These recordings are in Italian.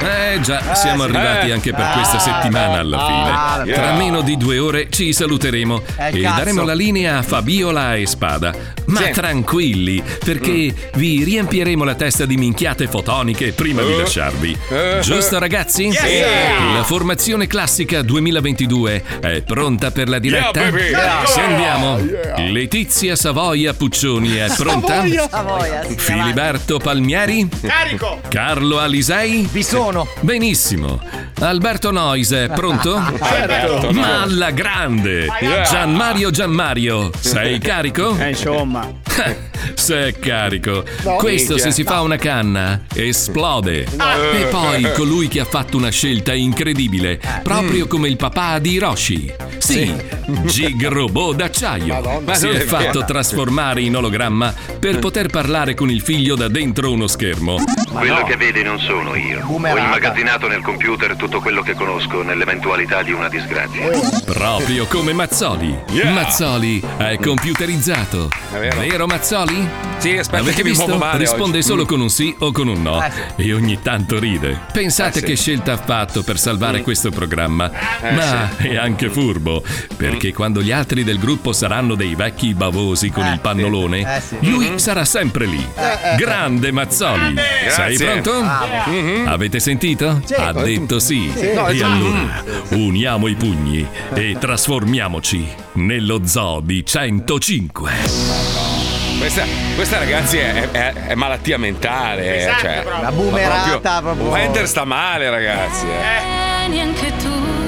Già, siamo arrivati anche per questa settimana alla fine. Tra meno di 2 ore ci saluteremo e daremo la linea a Fabiola e Spada. Ma tranquilli, perché vi riempiremo la testa di minchiate fotoniche prima di lasciarvi. Giusto, ragazzi? La formazione classica 2022 è pronta per la diretta? Se andiamo. Letizia Savoia Puccioni è pronta? Filiberto Palmieri? Carico! Carlo Alisei? Vi sono. Benissimo. Alberto Noise è pronto? Certo. Ma alla grande! Gianmario, sei carico? Insomma. Se è carico, questo se si fa una canna esplode. E poi colui che ha fatto una scelta incredibile, proprio come il papà di Hiroshi. Sì, Gig Robot d'acciaio. Si è fatto trasformare in ologramma per poter parlare con il figlio da dentro uno schermo. Quello che vedi non sono io. Ho immagazzinato nel computer tutto quello che conosco nell'eventualità di una disgrazia. Proprio come Mazzoli. Mazzoli è computerizzato. Vero Mazzoli? Sì, aspetta. Avete che mi visto? muovo male Risponde oggi. solo con un sì o con un no e ogni tanto ride. Pensate che scelta ha fatto per salvare questo programma. Ma è anche furbo, perché quando gli altri del gruppo saranno dei vecchi bavosi con il pannolone, lui sarà sempre lì. Grande Mazzoli. Sei pronto? Avete sentito? Ha detto sì. E allora uniamo i pugni e trasformiamoci nello zoo di 105. Questa ragazzi è malattia mentale. Esatto, cioè, proprio. La boomerata proprio. Wender sta male, ragazzi. Neanche tu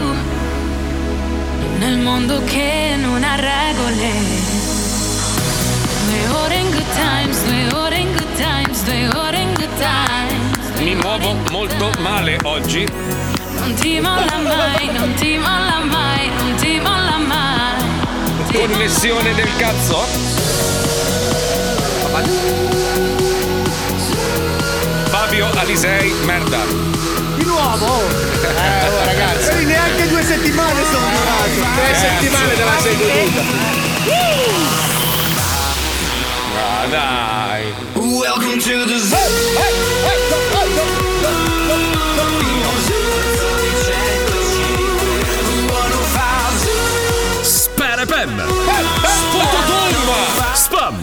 nel mondo che non ha regole. 2 ore in good times, 2 ore in good times, 2 ore in good times. Mi muovo molto male oggi. Non ti molla mai, non ti molla mai, non ti molla mai. Connessione del cazzo. Fabio Alisei, merda. Di nuovo? Ragazzi. Neanche 2 settimane sono durate. 3 settimane della sei goduta. Ah, dai. Welcome to the zoo. Sperepem! Spam!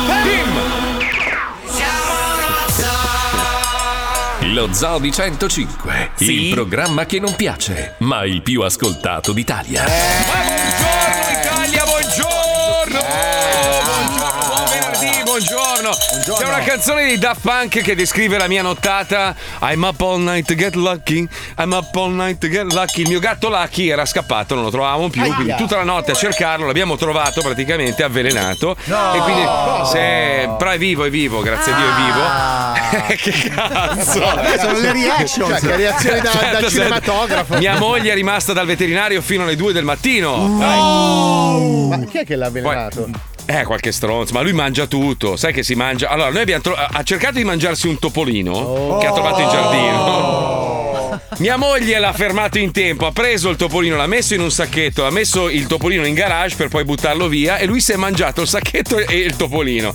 Lo Zoo di 105, il programma che non piace, ma il più ascoltato d'Italia. Buongiorno Italia, buongiorno! Buon venerdì, buongiorno! C'è una canzone di Daft Punk che descrive la mia nottata. I'm up all night to get lucky. I'm up all night to get lucky. Il mio gatto Lucky era scappato, non lo trovavamo più. Quindi tutta la notte a cercarlo, l'abbiamo trovato praticamente avvelenato. E quindi però è vivo, grazie a Dio è vivo. Che cazzo! Sono le reaction. Che reazioni da cinematografo. Mia moglie è rimasta dal veterinario fino alle 2 del mattino. Ma chi è che l'ha avvelenato? Qualche stronzo, ma lui mangia tutto, sai che si mangia. Allora, noi abbiamo ha cercato di mangiarsi un topolino che ha trovato in giardino. Mia moglie l'ha fermato in tempo, ha preso il topolino, l'ha messo in un sacchetto, ha messo il topolino in garage per poi buttarlo via e lui si è mangiato il sacchetto e il topolino.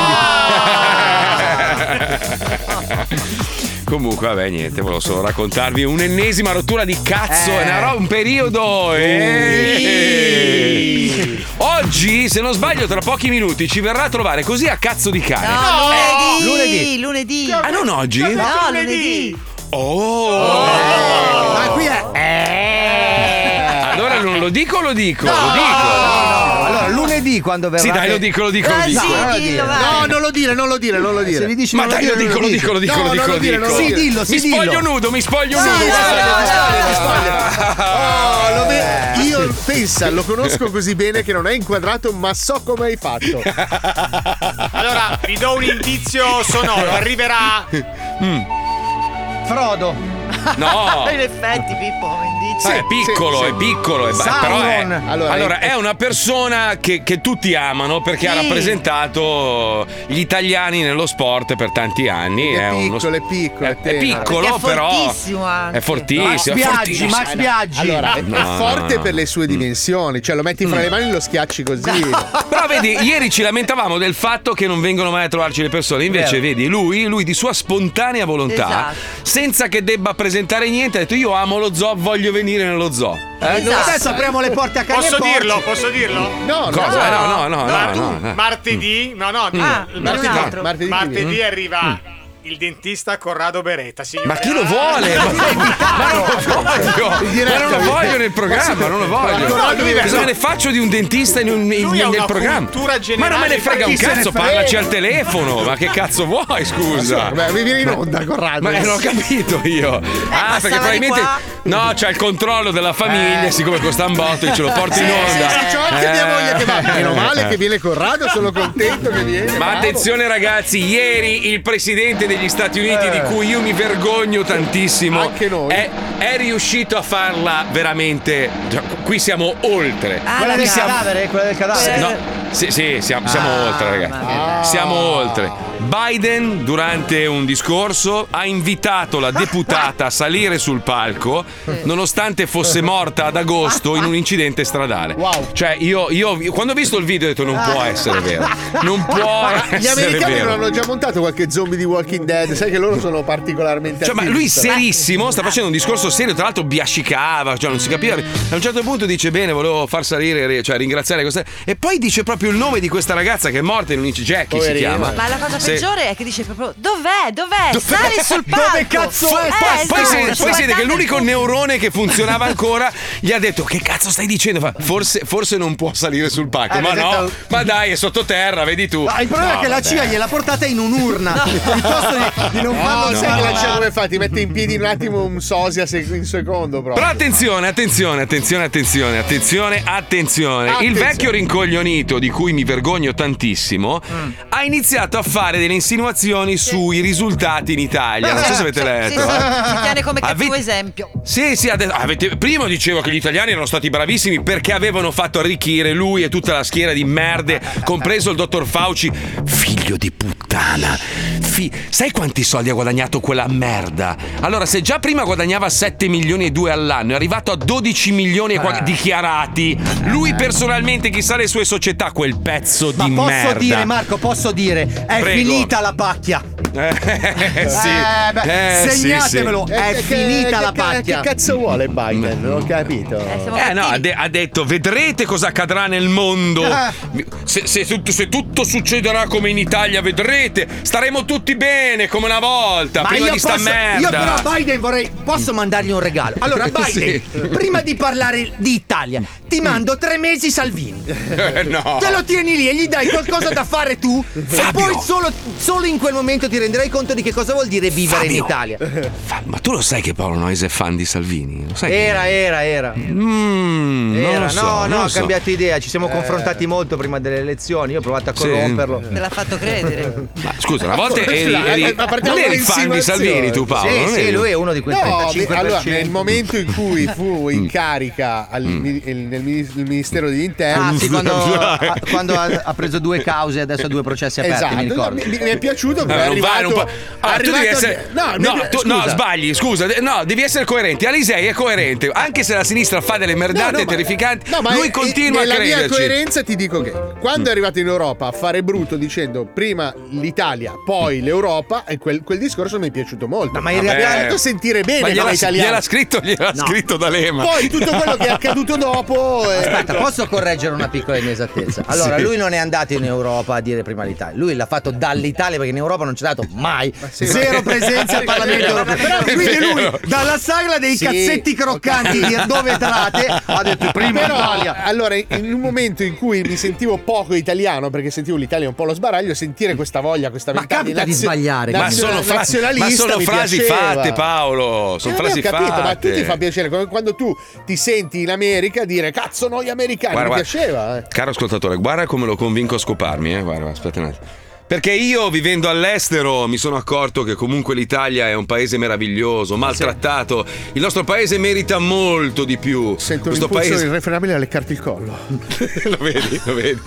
Comunque, vabbè, niente, volevo solo raccontarvi un'ennesima rottura di cazzo. Un periodo. Oggi, se non sbaglio, tra pochi minuti ci verrà a trovare così a cazzo di cane. Lunedì. Ah, non oggi? No, lunedì. Ma qui è. Allora non lo dico o lo dico? No, lo dico. Allora, lunedì quando verrà. Sì, dai, lo dico. Sì, dillo, vai. No, non lo dire. Se mi dici Ma non lo dai, dire, lo dico. Non lo dire. Sì, dillo, Mi spoglio nudo. No. Io pensa, lo conosco così bene che non è inquadrato, ma so come hai fatto. Allora, vi do un indizio sonoro. Arriverà. Frodo. No. In effetti, Pippo, come indici. È piccolo, però è, Allora, è una persona che tutti amano perché ha rappresentato gli italiani nello sport per tanti anni. È È piccolo, È però fortissimo anche. è fortissimo. Max Biaggi. Allora, è forte per le sue dimensioni, cioè lo metti fra le mani e lo schiacci così. Però vedi, ieri ci lamentavamo del fatto che non vengono mai a trovarci le persone. Invece, vedi, lui di sua spontanea volontà, Esatto. senza che debba presentare presentare niente, ha detto io amo lo zoo, voglio venire nello zoo. Adesso apriamo le porte a cane. Posso dirlo? No, cosa? No. Martedì, martedì arriva il dentista Corrado Beretta. Ma chi lo vuole? Ma non lo voglio nel programma, non lo voglio. Cosa me ne faccio di un dentista nel programma? Ma non me ne frega un cazzo, parlaci al telefono. Ma che cazzo vuoi, scusa? Mi viene in onda, Corrado. Ma non ho capito io. Perché probabilmente c'ha il controllo della famiglia, siccome costa un botto, ce lo porto in onda. C'ho anche mia moglie che va. Meno male che viene Corrado, sono contento che viene. Ma attenzione ragazzi, ieri il presidente degli Stati Uniti, di cui io mi vergogno tantissimo, anche noi, è riuscito a farla veramente. Qui siamo oltre. Quella del cadavere? Quella del cadavere? No. Sì, siamo oltre, ragazzi. Siamo oltre. Biden, durante un discorso, ha invitato la deputata a salire sul palco, nonostante fosse morta ad agosto in un incidente stradale. Wow. Cioè, io quando ho visto il video ho detto non può essere vero. Non può essere Gli americani vero. non hanno già montato qualche zombie di Walking Dead, sai che loro sono particolarmente ma lui serissimo, sta facendo un discorso serio, tra l'altro biascicava, non si capiva. A un certo punto dice bene, volevo far salire, ringraziare questa, e poi dice proprio il nome di questa ragazza che è morta in un incidente, Jackie si chiama. Ma la cosa peggiore è che dice proprio dov'è? Sali sul palco. Dove cazzo è? Poi si vede che l'unico neurone che funzionava ancora gli ha detto che cazzo stai dicendo? Forse non può salire sul palco. Ma no, ma dai, è sottoterra, vedi tu. Il problema è che la CIA gliel'ha portata in un'urna piuttosto di non farlo. Sai che la CIA come fa? Ti mette in piedi un attimo un sosia in secondo proprio. Però attenzione. Il vecchio rincoglionito di cui mi vergogno tantissimo ha iniziato a fare delle insinuazioni sui risultati in Italia. Non so se avete letto. Si tiene come cattivo esempio. Sì, prima dicevo che gli italiani erano stati bravissimi perché avevano fatto arricchire lui e tutta la schiera di merde, compreso il dottor Fauci. Figlio di puttana. Sai quanti soldi ha guadagnato quella merda? Allora, se già prima guadagnava 7 milioni e 2 all'anno, è arrivato a 12 milioni dichiarati. Lui personalmente, chissà le sue società, quel pezzo di merda. Posso dire, Marco, è finita la pacchia. Segnatevelo, è finita la pacchia. Che cazzo vuole Biden? Non ho capito. Ha detto vedrete cosa accadrà nel mondo. Se tutto succederà come in Italia, vedrete, staremo tutti bene come una volta. Ma prima di sta merda. Io però Biden posso mandargli un regalo. Allora Biden, prima di parlare di Italia, ti mando 3 mesi Salvini. No. Te lo tieni lì e gli dai qualcosa da fare tu. Fabio. E poi solo in quel momento ti renderai conto di che cosa vuol dire vivere in Italia. Ma tu lo sai che Paolo Noyes è fan di Salvini? Lo sai Era. Non lo so, ha cambiato idea. Ci siamo confrontati molto prima delle elezioni. Io ho provato a corromperlo. Te l'ha fatto credere. Ma scusa, una volta non eri fan di Salvini tu, Paolo? Sì, lui è uno di quei 35%. Allora, nel momento in cui fu in carica nel Ministero degli Interni, quando ha preso 2 cause e adesso ha 2 processi aperti, mi ricordo. Mi è piaciuto che è arrivato. Tu devi essere. No, sbagli, scusa. No, devi essere coerente. Alisei è coerente, anche se la sinistra fa delle merdate terrificanti. Lui continua a crederci. Nella mia coerenza ti dico che quando è arrivato in Europa a fare brutto dicendo prima l'Italia, poi l'Europa, e quel discorso mi è piaciuto molto. Ma in realtà ha fatto sentire bene come italiano. Gliel'ha scritto D'Alema. Poi tutto quello che è accaduto dopo. Aspetta, posso correggere una piccola inesattezza? Allora, lui non è andato in Europa a dire prima l'Italia. Lui l'ha fatto dall'Italia perché in Europa non c'è dato mai. Zero presenza al Parlamento europeo. Quindi lui, dalla sagla dei cazzetti croccanti di dove trate, ha detto prima Italia. Allora, in un momento in cui mi sentivo poco italiano, perché sentivo l'Italia un po' lo sbaraglio, sentire questa voglia, questa ventata capita di sbagliare. Ma sono frasi fatte, Paolo. Sono frasi fatte. Ma a tutti fa piacere. Come quando tu ti senti in America dire cazzo noi americani, mi piaceva. Caro ascoltatore, guarda come lo convinco a scoparmi, guarda, aspetta un attimo. Perché io, vivendo all'estero, mi sono accorto che comunque l'Italia è un paese meraviglioso, maltrattato. Il nostro paese merita molto di più. Sento un impulso irrefrenabile a leccarti il collo. Lo vedi?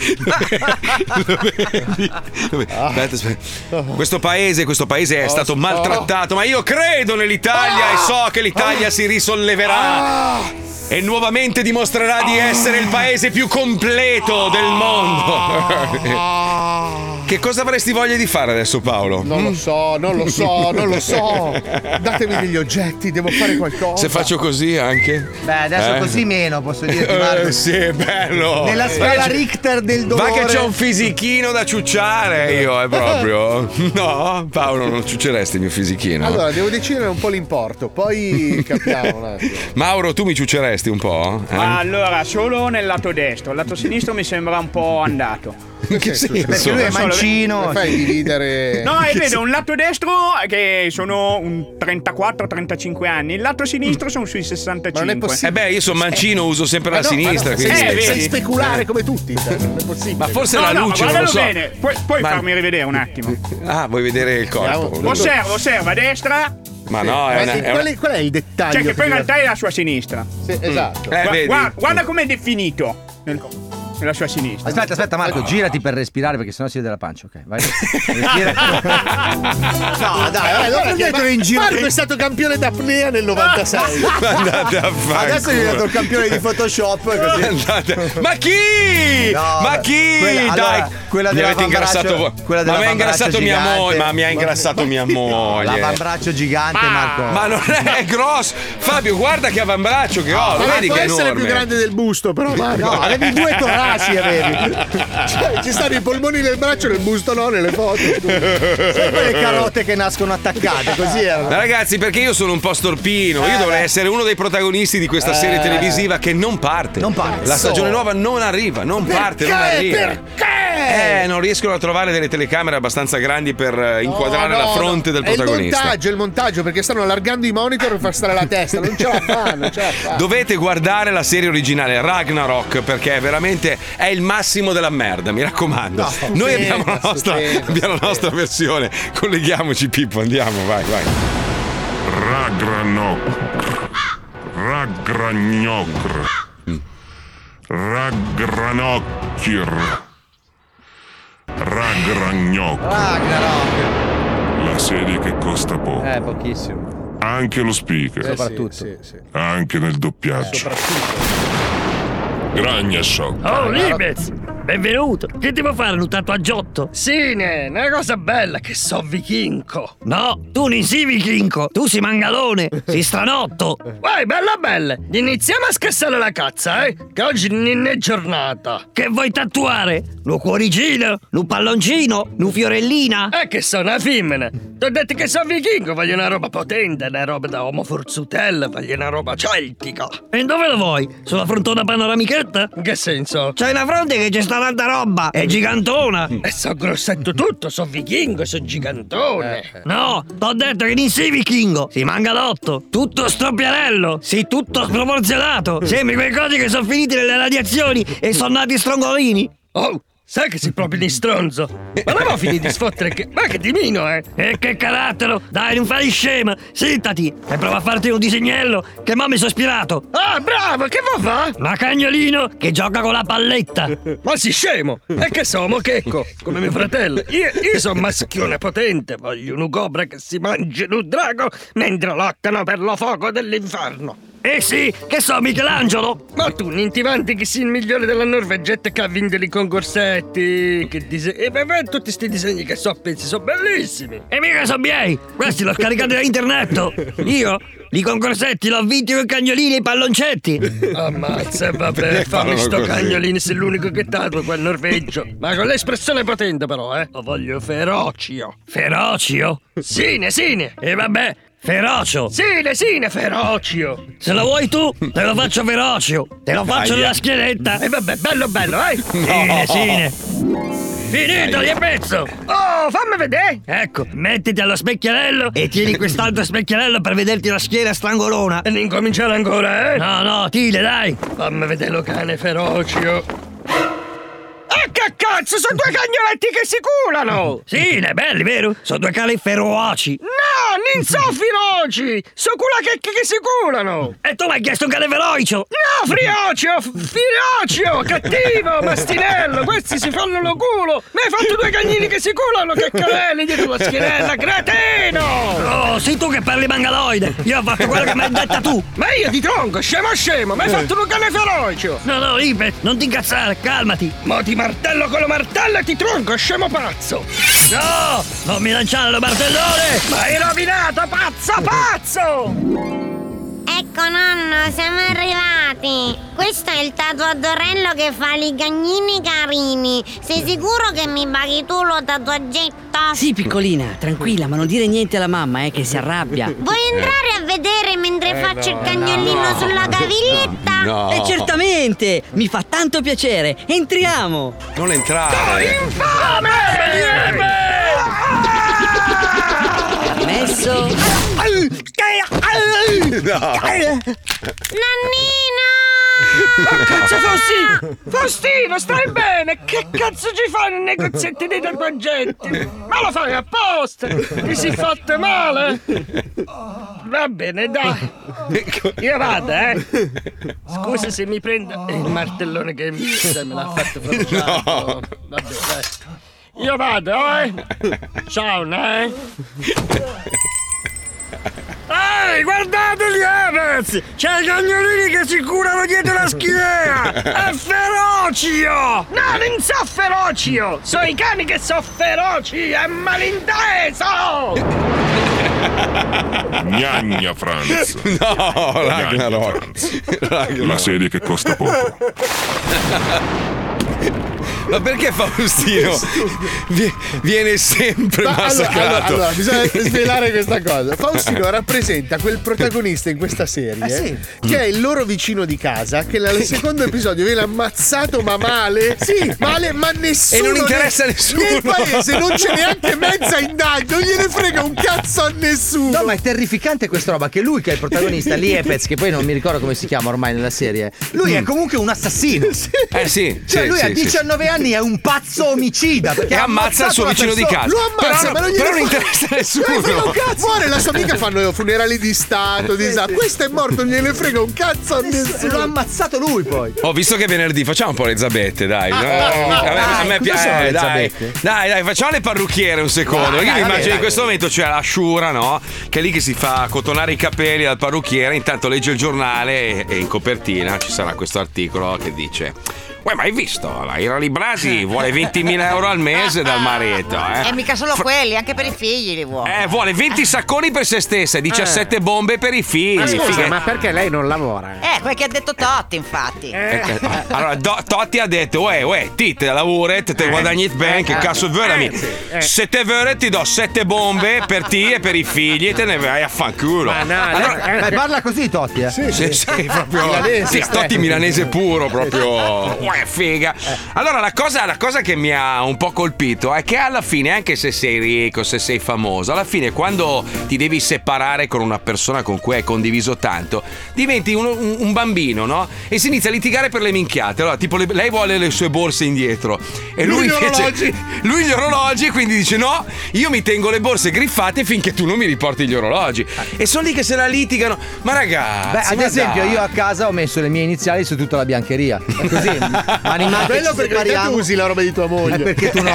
Aspetta. Questo paese è stato maltrattato, ma io credo nell'Italia e so che l'Italia si risolleverà. E nuovamente dimostrerà di essere il paese più completo del mondo. Che cosa avresti voglia di fare adesso, Paolo? Non lo so. Datemi degli oggetti, devo fare qualcosa. Se faccio così anche? Beh, adesso così meno, posso dirti, Marco. Sì, è bello. Nella scala Richter del dolore. Ma che c'ho un fisichino da ciucciare io, è proprio. No, Paolo, non ciucceresti il mio fisichino. Allora, devo decidere un po' l'importo, poi capiamo un attimo. Mauro, tu mi ciucceresti un po'? Allora, solo nel lato destro, il lato sinistro mi sembra un po' andato. Che senso? Perché lui è mancino. Come fai a dividere? No, è vedo un lato destro che sono un 34-35 anni, il lato sinistro sono sui 65. Ma non è possibile. Io sono mancino, uso sempre la sinistra. Sei Quindi... speculare come tutti, non è possibile. Ma forse la luce, non lo so. Bene. Puoi farmi rivedere un attimo. Ah, vuoi vedere il corpo? Osserva a destra. Ma no, qual è il dettaglio? Cioè che poi in realtà è la sua sinistra. Sì, esatto. Guarda com'è definito nella sua sinistra. Aspetta Marco, girati per respirare perché sennò si vede la pancia, ok? Vai. Respira. No, dai, non mettere in giro. Marco è stato campione d'apnea nel 96. Andate a fare. Adesso è diventato il campione di Photoshop così. Andate. Ma chi? No, ma chi? Dai, quella mi avete ingrassato. Ma mi ha ingrassato mia moglie. Ma mi ha ingrassato mia moglie. L'avambraccio gigante, Marco. Ma non è grosso. Fabio, guarda che avambraccio che ho. Vedi può che è essere enorme. più grande del busto, però Marco. No, avevi 2 toraci, avevi. Cioè, ci stanno i polmoni nel braccio, nel busto no, nelle foto. Sai quelle carote che nascono attaccate, così erano. Ragazzi, perché io sono un po' storpino. Io dovrei essere uno dei protagonisti di questa serie televisiva che non parte. Non parte. La stagione nuova non arriva, non parte, non arriva. Perché? Non riescono a trovare delle telecamere abbastanza grandi per inquadrare la fronte del protagonista. È il montaggio, perché stanno allargando i monitor per far stare la testa. Non ce la fanno. Dovete guardare la serie originale Ragnarok, perché veramente è il massimo della merda, mi raccomando. Noi abbiamo la nostra versione. Colleghiamoci, Pippo, andiamo, vai. Ragnarok. Ragnarok. La serie che costa poco. Pochissimo. Anche lo speaker. Soprattutto. Sì. Anche nel doppiaggio. Ragnarok. Oh, Libez! Benvenuto! Che devo fare un tatuaggiotto? Sì, una cosa bella che so vichinco. No, tu non sei vichinco, tu sei mangalone, sei stranotto. Vai, bella! Iniziamo a scassare la cazza, che oggi non è giornata. Che vuoi tatuare? Un cuoricino? Un palloncino? Un fiorellina? Che sono una femmina. Ti ho detto che sono vichingo, voglio una roba potente, una roba da uomo forzutello, voglio una roba celtica. E dove la vuoi? Sulla frontona panoramichetta? In che senso? C'è una fronte che c'è sta tanta roba, è gigantona. E so grossetto tutto, so vichingo, so gigantone. No, t'ho detto che non sei vichingo, sei mangalotto, tutto stroppiarello, sei tutto sproporzionato. Sembri quei cosi che sono finiti nelle radiazioni e sono nati strongolini. Oh, sai che sei proprio di stronzo. Ma non va a finire di sfottere che... Ma che dimino, E che carattere! Dai, non fai scema! Sittati e prova a farti un disegnello che mo mi sono ispirato. Ah, bravo! Che vuoi fa? Ma cagnolino che gioca con la palletta. Ma sei scemo! E che so, mochecco, come mio fratello. Io sono maschione potente, voglio un cobra che si mangia un drago mentre lottano per lo fuoco dell'inferno. Sì, che so, Michelangelo? Ma tu non ti vanti che sei il migliore della Norvegetta che ha vinto i concorsetti? Che disegni? E tutti questi disegni che so, pensi, sono bellissimi. E mica sono miei, questi l'ho scaricati da internet. Io i concorsetti l'ho vinti con i cagnolini e i palloncetti. Ammazza, vabbè, fammi sto cagnolino, sei l'unico che tatua quel norveggio. Ma con l'espressione potente però, Lo voglio ferocio. Ferocio? Sine. E vabbè. Ferocio! Sine, ferocio! Se lo vuoi tu, te lo faccio ferocio! Te lo faccio nella schienetta! E vabbè, bello, Sine! Finito, gli pezzo! Oh, fammi vedere! Ecco, mettiti allo specchiarello e tieni quest'altro specchiarello per vederti la schiena strangolona! E non cominciare ancora, No, tile, dai! Fammi vedere lo cane ferocio! Che cazzo, sono 2 cagnoletti che si culano! Sì, è belli, vero? Sono 2 cani feroci! No, non so feroci! Sono culacchecchi che si culano! E tu mi hai chiesto un cane ferocio! No, Firoccio! Cattivo, mastinello! Questi si fanno lo culo! Mi hai fatto 2 cagnini che si culano! Che canelli dietro la schienella, cretino! Oh, sei tu che parli mangaloide! Io ho fatto quello che mi hai detta tu! Ma io di tronco, scemo! Mi hai fatto un cane ferocio! No, Ipet, non ti incazzare, calmati! Ma ti martello con lo martello e ti tronco, scemo pazzo! No! Non mi lanciare lo martellone! Ma hai rovinato, pazzo! Ecco nonno, siamo arrivati. Questo è il tatuatorello che fa i cagnini carini. Sei sicuro che mi paghi tu lo tatuaggetto? Sì, piccolina, tranquilla, ma non dire niente alla mamma, che si arrabbia. Vuoi entrare a vedere mentre faccio il cagnolino sulla caviglietta? No. Certamente! Mi fa tanto piacere! Entriamo! Non entrare! Infame! Permesso? No. Nannino! Oh, cazzo, Faustino, stai bene? Che cazzo ci fai nei negozietti dei tatuaggetti? Ma lo fai apposta? Ti si fatte male? Va bene, dai. Io vado, Scusa se mi prendo il martellone che me l'ha fatto facciare. No. Vabbè, dai. Io vado, Ciao, Ehi, guardateli, ragazzi! C'è i cagnolini che si curano dietro la schiena! È ferocio! No, non so ferocio! Sono i cani che sono feroci! È malinteso! Gnagna Franz. No, Ragnarok. La serie che costa poco. Ma perché Faustino viene sempre massacrato? Allora, bisogna svelare questa cosa. Faustino rappresenta quel protagonista in questa serie che è il loro vicino di casa che nel secondo episodio viene ammazzato ma male. Sì, male, ma nessuno. E non interessa a nessuno. Nel paese non c'è neanche mezza indagine, non gliene frega un cazzo a nessuno. No, ma è terrificante questa roba che lui che è il protagonista, Liepez, che poi non mi ricordo come si chiama ormai nella serie. Lui è comunque un assassino. Sì. Cioè lui a 19 anni è un pazzo omicida perché ammazza il suo vicino di casa. Lo ammazza, però non interessa a nessuno. Muore la sua amica, fanno funerali di stato, questo è morto, non gliene frega un cazzo a nessuno. L'ha ammazzato lui poi. Ho visto che venerdì facciamo un po' le zabette, dai. A me piace, dai, facciamo le parrucchiere un secondo. Io mi immagino in questo momento c'è la Shura, no? Che è lì che si fa cotonare i capelli dal parrucchiere, intanto legge il giornale e in copertina ci sarà questo articolo che dice: Uè, ma hai visto? La Ira Librasi vuole 20.000 euro al mese dal marito, E mica solo quelli, anche per i figli li vuole. Vuole 20 sacconi per se stessa e 17 bombe per i figli. Ma scusa, ma perché lei non lavora? Quel che ha detto Totti, infatti. Allora, Totti ha detto: Uè, ti lavori, te guadagni bene, che cazzo vuoi? Se te vuoi ti do 7 bombe per te e per i figli e te ne vai a fanculo. Allora, parla così Totti, Sì, proprio. Sì, Totti milanese puro, proprio. Figa. Allora la cosa che mi ha un po' colpito è che alla fine, anche se sei ricco, se sei famoso, alla fine quando ti devi separare con una persona con cui hai condiviso tanto, diventi un bambino, no? E si inizia a litigare per le minchiate. Allora, tipo, lei vuole le sue borse indietro e lui gli orologi, quindi dice: no, io mi tengo le borse griffate finché tu non mi riporti gli orologi. E sono lì che se la litigano. Ma ragazzi, ad esempio, io a casa ho messo le mie iniziali su tutta la biancheria. Così. Ma quello perché tu usi la roba di tua moglie. Perché tu no?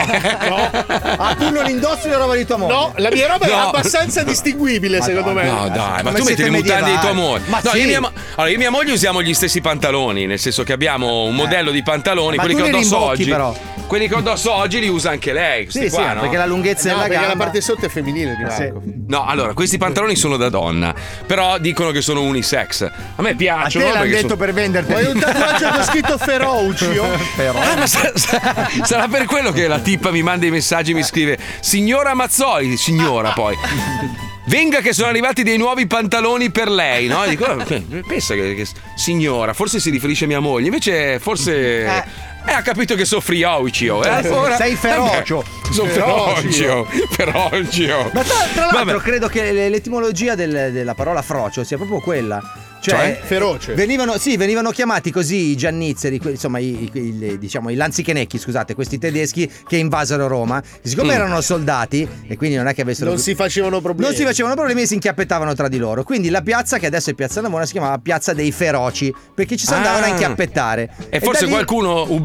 Tu non indossi la roba di tua moglie? No, la mia roba è abbastanza distinguibile, secondo me. No, dai, ma tu metti le mutande di tua moglie. Io e mia moglie usiamo gli stessi pantaloni, nel senso che abbiamo un modello di pantaloni, quelli che ho addosso oggi. Però. Quelli che ho addosso oggi li usa anche lei. Sì, qua, no? Perché la lunghezza della gamba. Perché la parte sotto è femminile di Marco. No, allora, questi pantaloni sono da donna, però dicono che sono unisex. A me piacciono. A te l'hanno detto per venderti. Vuoi un tatuaggio con scritto Ferruccio? Ma sarà per quello che la tipa mi manda i messaggi e mi scrive: signora Mazzoli, signora poi. Venga che sono arrivati dei nuovi pantaloni per lei, no? E dico, pensa che signora, forse si riferisce a mia moglie, invece forse ha capito che soffrioccio. Sei ferocio. Sono ferocio. Ma tra l'altro credo che l'etimologia della parola frocio sia proprio quella. Cioè feroce. Venivano chiamati così i giannizzeri, insomma i lanzichenecchi, scusate, questi tedeschi che invasero Roma, siccome erano soldati e quindi non è che avessero non si facevano problemi e si inchiappettavano tra di loro. Quindi la piazza che adesso è Piazza Navona si chiamava Piazza dei Feroci, perché ci si andavano a inchiappettare. E forse qualcuno ubriaco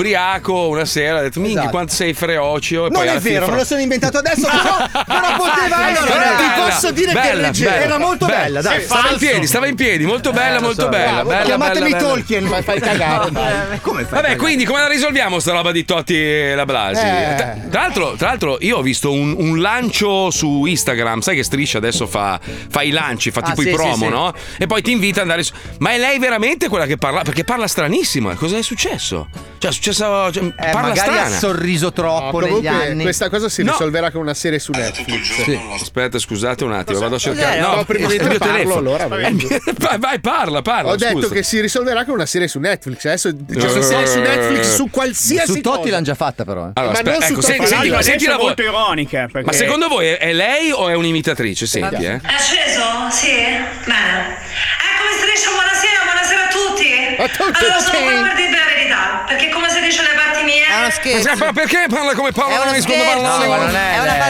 ubriaco una sera, ha detto minchia quanto sei freocio. E Non poi è alla fine vero, me lo sono inventato adesso, però poteva essere. Ti posso dire che è leggero. Era molto bella, dai. Stava in piedi, molto bella, molto bella. Chiamatemi bella. Tolkien, ma fai cagare. Come fai? Vabbè, quindi come la risolviamo sta roba di Totti e la Blasi? Tra l'altro io ho visto un lancio su Instagram, sai che Striscia adesso fa i lanci, fa tipo i promo, no? E poi ti invita ad andare su. Ma è lei veramente quella che parla? Perché parla stranissimo, cosa è successo? Cioè è successo, parla magari strana. ha sorriso troppo negli anni. Questa cosa si risolverà con una serie su Netflix. Sì. Aspetta, scusate un attimo, vado a cercare. No, prima di te parlo allora. Vai, parla. Ho detto che si risolverà con una serie su Netflix. Adesso c'è una serie su Netflix su qualsiasi su Totti l'hanno già fatta, però. Allora, ma non su Totti. Senti la molto ironica. Perché... Ma secondo voi è lei o è un'imitatrice? Senti, È acceso? Sì? Bene. Eccomi Striscia, buonasera a tutti. Allora, sono qua per dirvi la verità, perché come si dice le parti mie... È uno scherzo. Ma perché parla come Paolo È uno Noyes quando scherzo. parla? No, è una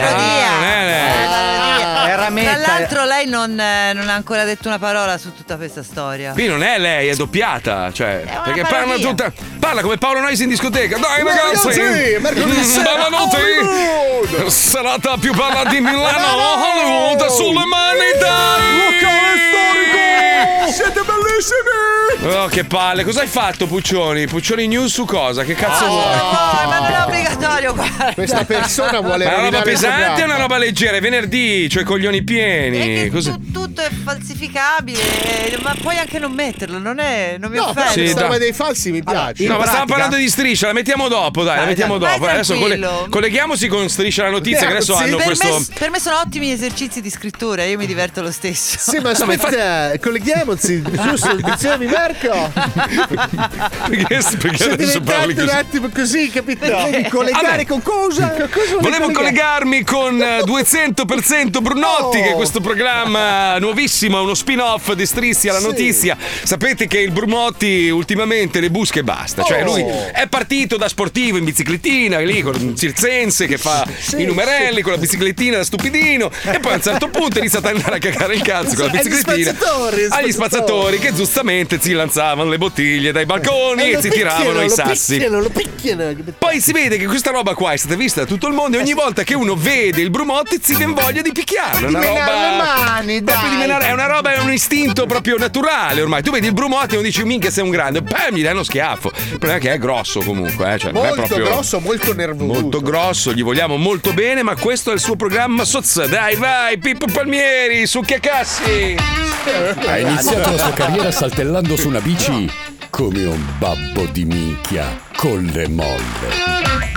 parodia. Tra l'altro lei non ha ancora detto una parola su tutta questa storia. Qui non è lei, è doppiata, cioè perché parla come Paolo Noyes in discoteca. Dai ragazzi, bella notte, serata più bella di Milano, Hollywood sulle mani, dai, locale storico, siete bellissimi. Oh, che palle, cosa hai fatto Puccioni News su cosa? Che cazzo vuoi? Ma non è obbligatorio, guarda. Questa persona vuole una roba rovinare il pesante o programma. una roba leggera? È venerdì, cioè coglioni pieni. Tutto è falsificabile, ma puoi anche non metterlo, non mi offende. Sì, roba dei falsi mi piace. No, ma stavamo parlando di Striscia, la mettiamo dopo, dai, la mettiamo dopo. Adesso colleghiamosi con Striscia la notizia, che adesso hanno questo. Per me sono ottimi esercizi di scrittura, io mi diverto lo stesso. Sì, ma aspetta, colleghiamoci, giusto, dicevi Marco? Perché adesso parli così? Un attimo così, capito? Collegare con cosa? Volevo collegarmi con 200% Brunotti, che è questo programma nuovissimo, uno spin-off di Striscia la notizia. Sapete che il Brunotti ultimamente le busche e basta, cioè lui è partito da sportivo in biciclettina, lì con un circense che fa i numerelli con la biciclettina da stupidino, e poi a un certo punto è iniziato ad andare a cagare il cazzo con la biciclettina agli spazzatori che giustamente si lanciavano le bottiglie dai balconi e si tiravano i sassi. Lo picchiano. Poi si vede che questa roba qua è stata vista da tutto il mondo e ogni volta che uno vede il Brumotti si viene voglia di picchiarlo. È una roba. Le mani, dai. È una roba, è un istinto proprio naturale ormai. Tu vedi il Brumotti e non dici minchia sei un grande, poi mi dai uno schiaffo. Il problema è che è grosso comunque, cioè non è proprio grosso, molto nervoso. Molto grosso, gli vogliamo molto bene, ma questo è il suo programma Soz. Dai, vai, Pippo Palmieri, succhiacassi. Ha iniziato la sua carriera saltellando su una bici come un babbo di minchia con le molle.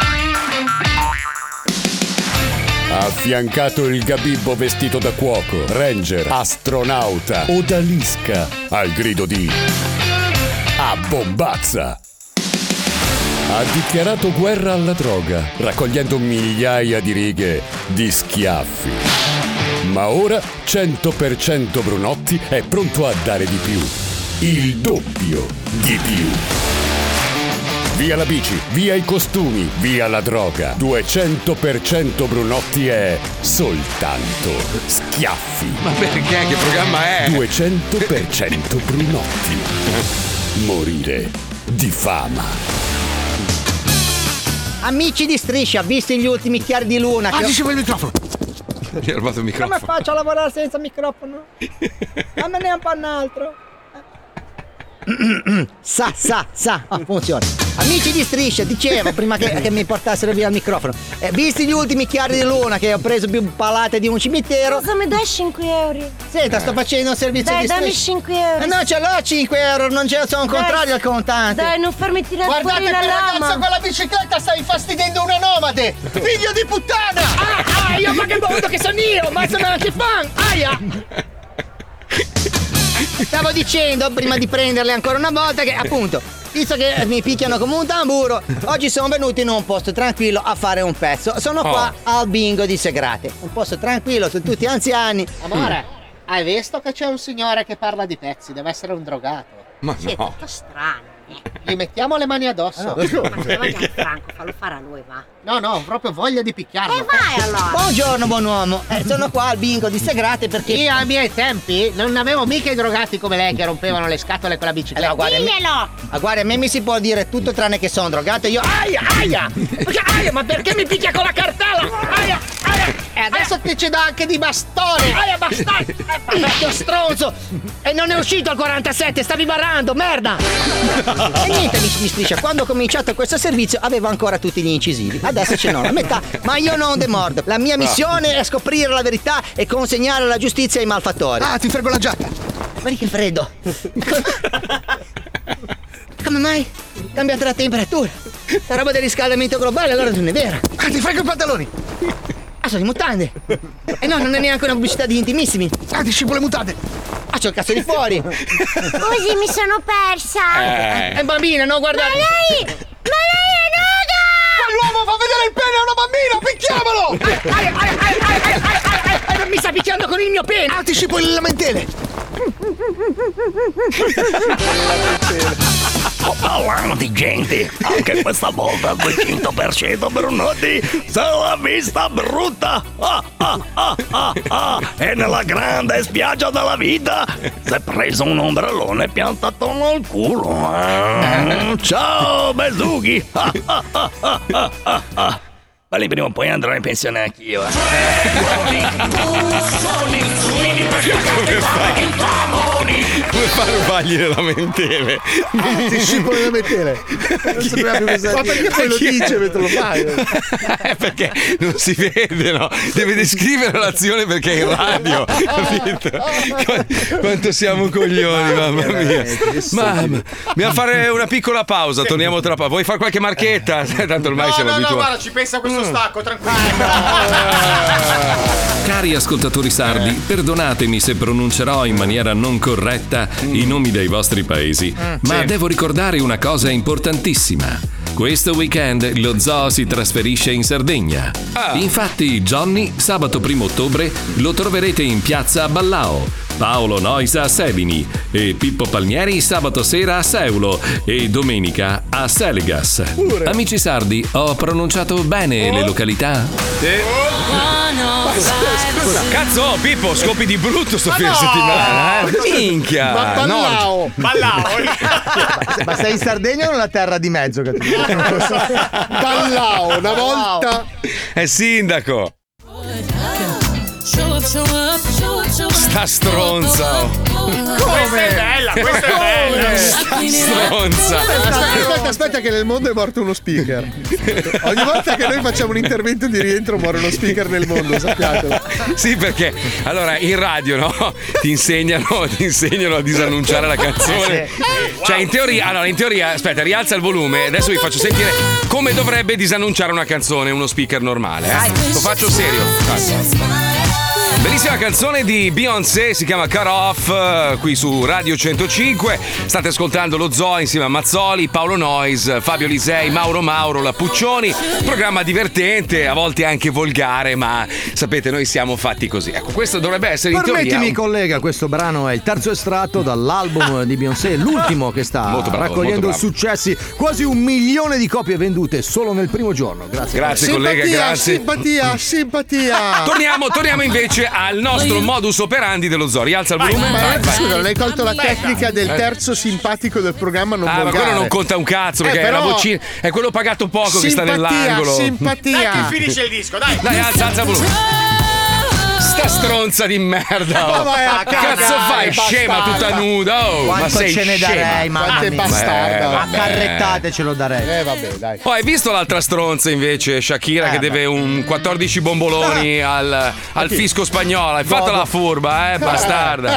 Ha affiancato il Gabibbo vestito da cuoco, ranger, astronauta, odalisca, al grido di a bombazza. Ha dichiarato guerra alla droga, raccogliendo migliaia di righe di schiaffi. Ma ora 100% Brunotti è pronto a dare di più. Il doppio di più. Via la bici, via i costumi, via la droga. 200% Brunotti è soltanto schiaffi. Ma perché? Che programma è? 200% Brunotti. Morire di fama. Amici di Striscia, visti gli ultimi chiari di luna. Diceva il microfono. Mi ha rubato il microfono. Come faccio a lavorare senza microfono? Dammene un po' un altro. Funziona. Amici di Striscia, dicevo prima che mi portassero via il microfono. Visti gli ultimi chiari di luna che ho preso più palate di un cimitero. Cosa mi dai 5 euro? Senta, sto facendo un servizio di dammi Striscia. 5 euro. No, ce l'ho 5 euro, non ce ne sono contrario al contante. Dai, non farmi tirare Guardate fuori la quel ragazzo lama. con la bicicletta, stai infastidendo una nomade! Figlio di puttana! Aia, ma che modo che sono io! Ma sono anche fan! Aia! Stavo dicendo prima di prenderle ancora una volta che appunto, visto che mi picchiano come un tamburo, oggi sono venuto in un posto tranquillo a fare un pezzo. Sono qua al bingo di Segrate. Un posto tranquillo, sono tutti anziani. Amore, hai visto che c'è un signore che parla di pezzi? Deve essere un drogato. Ma Sì, è no. tutto strano. Gli mettiamo le mani addosso. Ma se voglio a Franco, fallo fare a lui, va. No, ho proprio voglia di picchiarlo. E vai allora. Buongiorno, buon uomo. Sono qua al bingo di Segrate perché io ai miei tempi non avevo mica i drogati come lei che rompevano le scatole con la bicicletta. Allora, Diglielo! Guarda, a me mi si può dire tutto tranne che sono drogato. Io aia, ma perché mi picchia con la cartella? Aia. E adesso ti ci do anche di bastone. Aia, bastone. Vecchio stronzo. E non è uscito al 47, stavi barrando, merda. E niente, mi striscia. Quando ho cominciato questo servizio avevo ancora tutti gli incisivi. Adesso ce n'ho la metà, ma io non demordo. La mia missione è scoprire la verità e consegnare la giustizia ai malfattori. Ah, ti frego la giacca. Guardi che freddo. Come mai? Cambiate la temperatura. La roba del riscaldamento globale allora non è vera. Ah, ti frego i pantaloni. Ah, sono in mutande. E no, non è neanche una pubblicità di Intimissimi. Ah, ti scippo le mutande. Ah, c'ho il cazzo di fuori. Scusi, mi sono persa. È bambina, no, guardate. Ma lei è nuda! Quell'uomo fa vedere il pene a una bambina, picchiamolo! Mi sta picchiando con il mio pene. Ah, ti scippo le lamentele. Parlando di gente, anche questa volta al 200% Brunotti se l'ha vista brutta. E nella grande spiaggia della vita si è preso un ombrellone e piantato nel culo. Ciao Besughi. Ma lì prima o poi andrò in pensione anch'io. Come fa a rubargli le lamentele? Ti scippo le lamentele. Non sapeva più cosa. Ma perché poi lo dice mentre lo fai? Perché non si vede, no? Deve descrivere l'azione perché è in radio, capito? Quanto siamo coglioni, mamma mia. Mamma, dobbiamo fare una piccola pausa, torniamo tra poco. Vuoi fare qualche marchetta? Tanto ormai siamo abituati. No, guarda, ci pensa a questo stacco, tranquillo. Cari ascoltatori sardi, perdonatemi se pronuncerò in maniera non corretta i nomi dei vostri paesi, ma devo ricordare una cosa importantissima. Questo weekend lo zoo si trasferisce in Sardegna. Infatti Johnny sabato 1 ottobre lo troverete in piazza a Ballao, Paolo Nois a Sevini e Pippo Palmieri sabato sera a Seulo e domenica a Selegas. Amici sardi, ho pronunciato bene le località? Cazzo, Pippo, scopi di brutto sto fine settimana, Minchia. Ma Ballao. Ma sei in Sardegna o nella terra di mezzo? Ballao, una volta. È sindaco. Sta stronza. Questa è bella. Sta stronza. Aspetta che nel mondo è morto uno speaker. Ogni volta che noi facciamo un intervento di rientro muore uno speaker nel mondo, sappiatelo. Sì, perché allora in radio, no? Ti insegnano a disannunciare la canzone. Cioè in teoria, aspetta, rialza il volume. Adesso vi faccio sentire come dovrebbe disannunciare una canzone uno speaker normale, Lo faccio serio. Bellissima canzone di Beyoncé, si chiama Cut Off, qui su Radio 105. State ascoltando lo Zoo insieme a Mazzoli, Paolo Nois, Fabio Lisei, Mauro, la Puccioni. Programma divertente, a volte anche volgare, ma sapete, noi siamo fatti così. Ecco, questo dovrebbe essere in teoria. Permettimi, collega, questo brano è il terzo estratto dall'album di Beyoncé, l'ultimo che sta raccogliendo successi, quasi 1 milione di copie vendute solo nel primo giorno. Grazie collega, grazie. Simpatia. Torniamo invece al nostro modus operandi dello Zoo. Rialza il volume. Scusa, non hai colto la tecnica del terzo simpatico del programma non volgare. Ma quello non conta un cazzo perché la vocina è quello pagato poco che sta nell'angolo. Simpatia. Dai che finisce il disco, dai. Dai, alza il volume. Sta stronza di merda. Cazzo fai, scema tutta nuda. Quanto ma sei ce ne scema. darei, mamma Quante mia. bastarda. A carrettate ce lo darei. Vabbè, dai. Hai visto l'altra stronza invece, Shakira, che deve un 14 bomboloni al fisco spagnolo? Hai fatto la furba, bastarda.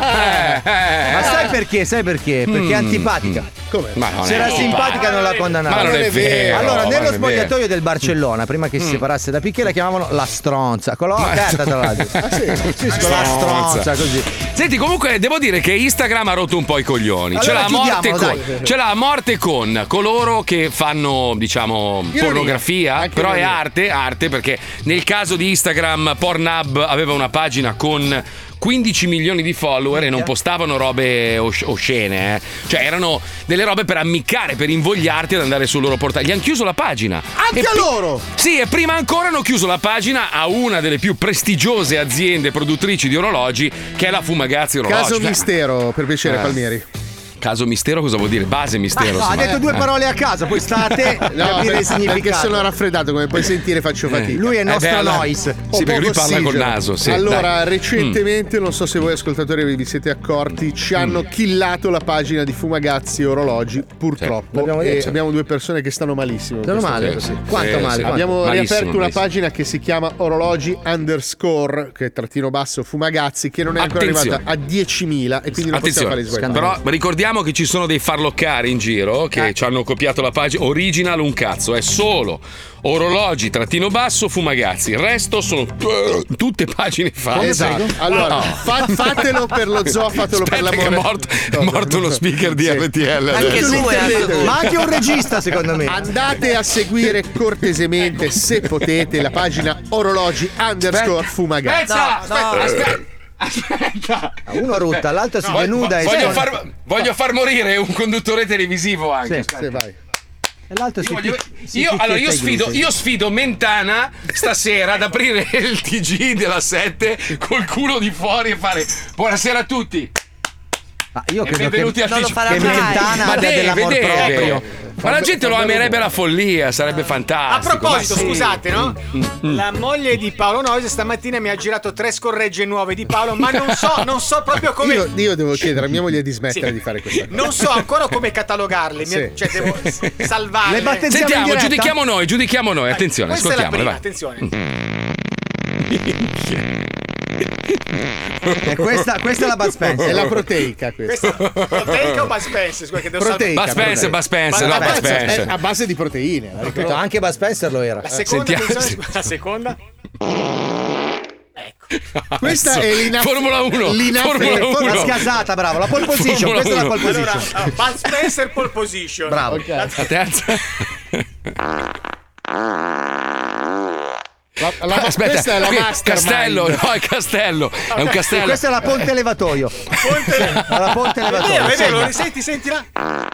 Ma sai perché? Perché è antipatica. Come? Se era simpatica non la condannava. Ma non è vero. Allora, nello spogliatoio del Barcellona, prima che si separasse da Piqué, la chiamavano la stronza. Con la aperta tra l'altro. La stronza così. Senti, comunque devo dire che Instagram ha rotto un po' i coglioni. Allora, C'è la morte con coloro che fanno, diciamo, pornografia, però è arte perché nel caso di Instagram Pornhub aveva una pagina con 15 milioni di follower e non postavano robe oscene, cioè erano delle robe per ammiccare, per invogliarti ad andare sul loro portale. Gli hanno chiuso la pagina. Anche a loro? Sì, e prima ancora hanno chiuso la pagina a una delle più prestigiose aziende produttrici di orologi, che è la Fumagazzi Orologi. Caso mistero, per piacere, Palmieri. Caso mistero cosa vuol dire? Base mistero. No, ha detto due parole a caso, poi sta a te capire il significato. Perché sono raffreddato, come puoi sentire faccio fatica. Lui è il nostro noise. Sì, perché lui parla col naso. Sì, allora, recentemente, non so se voi ascoltatori vi siete accorti, ci hanno killato la pagina di Fumagazzi Orologi, purtroppo. Abbiamo due persone che stanno malissimo. Stanno male? Quanto male? Abbiamo riaperto una pagina che si chiama orologi _ che è _ Fumagazzi, che non è ancora arrivata a 10.000 e quindi non possiamo fare sbaglio. Però ricordiamo che ci sono dei farloccari in giro che ci hanno copiato la pagina. Original un cazzo, è solo orologi _ Fumagazzi. Il resto sono tutte pagine false. Esatto. Allora, fatelo per lo zoo, fatelo per l'amore. È morto lo speaker di RTL. Anche lui, ma anche un regista, secondo me. Andate a seguire cortesemente, se potete, la pagina orologi _ Fumagazzi. Aspetta. Uno rutta, l'altro si denuda e voglio far morire un conduttore televisivo anche. Sì, vai. E l'altro io sfido Mentana stasera ad aprire il TG della 7 col culo di fuori e fare buonasera a tutti. Ma io credo benvenuti che Mentana abbia dell'amor proprio. Ma la gente lo amerebbe la follia, sarebbe fantastico. A proposito, scusate, no? La moglie di Paolo Noise stamattina mi ha girato 3 scorregge nuove di Paolo, ma non so proprio come. Io devo chiedere a mia moglie di smettere di fare questa cosa. Non so ancora come catalogarle, cioè devo salvarle. Sentiamo, giudichiamo noi, attenzione, questa ascoltiamole. È la prima, attenzione. E questa è la Bud Spencer. È la proteica questa. Proteica o Bud Spencer? Bud Spencer. È a base di proteine. Anche Bud Spencer lo era. La seconda? Questa è Formula 1. La scasata, bravo. La pole position. Questa è la pole position. Allora, Bud Spencer pole position. Bravo. Okay. La terza. Questa è la Mastermind. Castello, no, è Castello. È un castello. Questa è la Ponte Levatoio. La Ponte Levatoio. Vero, senti là.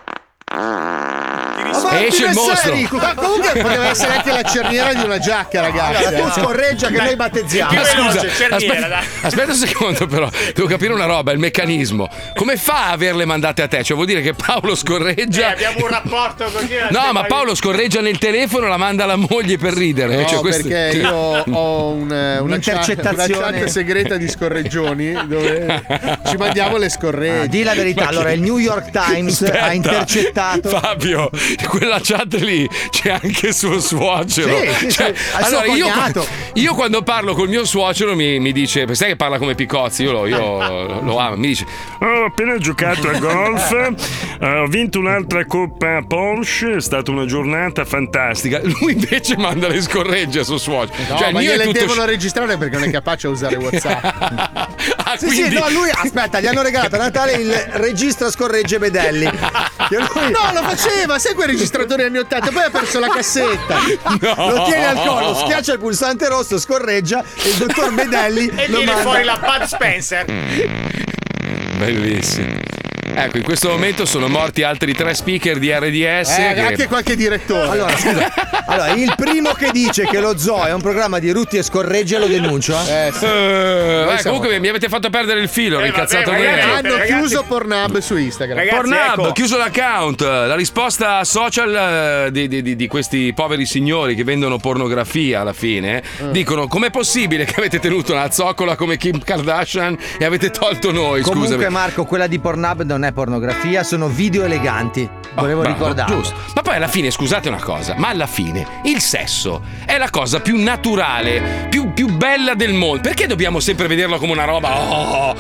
Esce il mostro. Ma comunque poteva essere anche la cerniera di una giacca, ragazzi. Allora, tu scorreggia che noi battezziamo. Scusa, aspetta un secondo, però. Devo capire una roba, il meccanismo. Come fa a averle mandate a te? Cioè vuol dire che Paolo scorreggia. Abbiamo un rapporto così. No, ma Paolo scorreggia nel telefono e la manda alla moglie per ridere. No, cioè, perché io ho una chat segreta di scorreggioni dove ci mandiamo le scorregge. Di la verità, allora il New York Times ha intercettato. Fabio, quella chat lì c'è anche suo suocero. Sì. Allora io quando parlo col mio suocero mi dice, sai che parla come Picozzi, io lo amo, mi dice: ho appena giocato a golf, ho vinto un'altra coppa Porsche, è stata una giornata fantastica. Lui invece manda le scorregge a suo suocero. No, cioè, ma gliele devono registrare perché non è capace a usare WhatsApp. Sì, no, lui aspetta, gli hanno regalato a Natale il registra scorregge Bedelli. No, lo faceva, sai quei registratori anni 80, poi ha perso la cassetta. No. Lo tiene al collo, schiaccia il pulsante rosso, scorreggia e il dottor Bedelli e lo viene manda. fuori la Bud Spencer. Bellissimo. Ecco, in questo momento sono morti altri 3 speaker di RDS. Anche qualche direttore. Allora, scusa. Allora, il primo che dice che lo zoo è un programma di rutti e scorregge lo denuncio. Comunque mi avete fatto perdere il filo, incazzato niente. Hanno chiuso Pornhub su Instagram. Ragazzi, Pornhub, chiuso l'account. La risposta social di questi poveri signori che vendono pornografia alla fine dicono: com'è possibile che avete tenuto una zoccola come Kim Kardashian e avete tolto noi? Comunque, scusami. Marco, quella di Pornhub non è pornografia, sono video eleganti. Volevo ricordarlo. Giusto. Ma poi alla fine, scusate una cosa, ma alla fine il sesso è la cosa più naturale, più bella del mondo. Perché dobbiamo sempre vederlo come una roba? Alla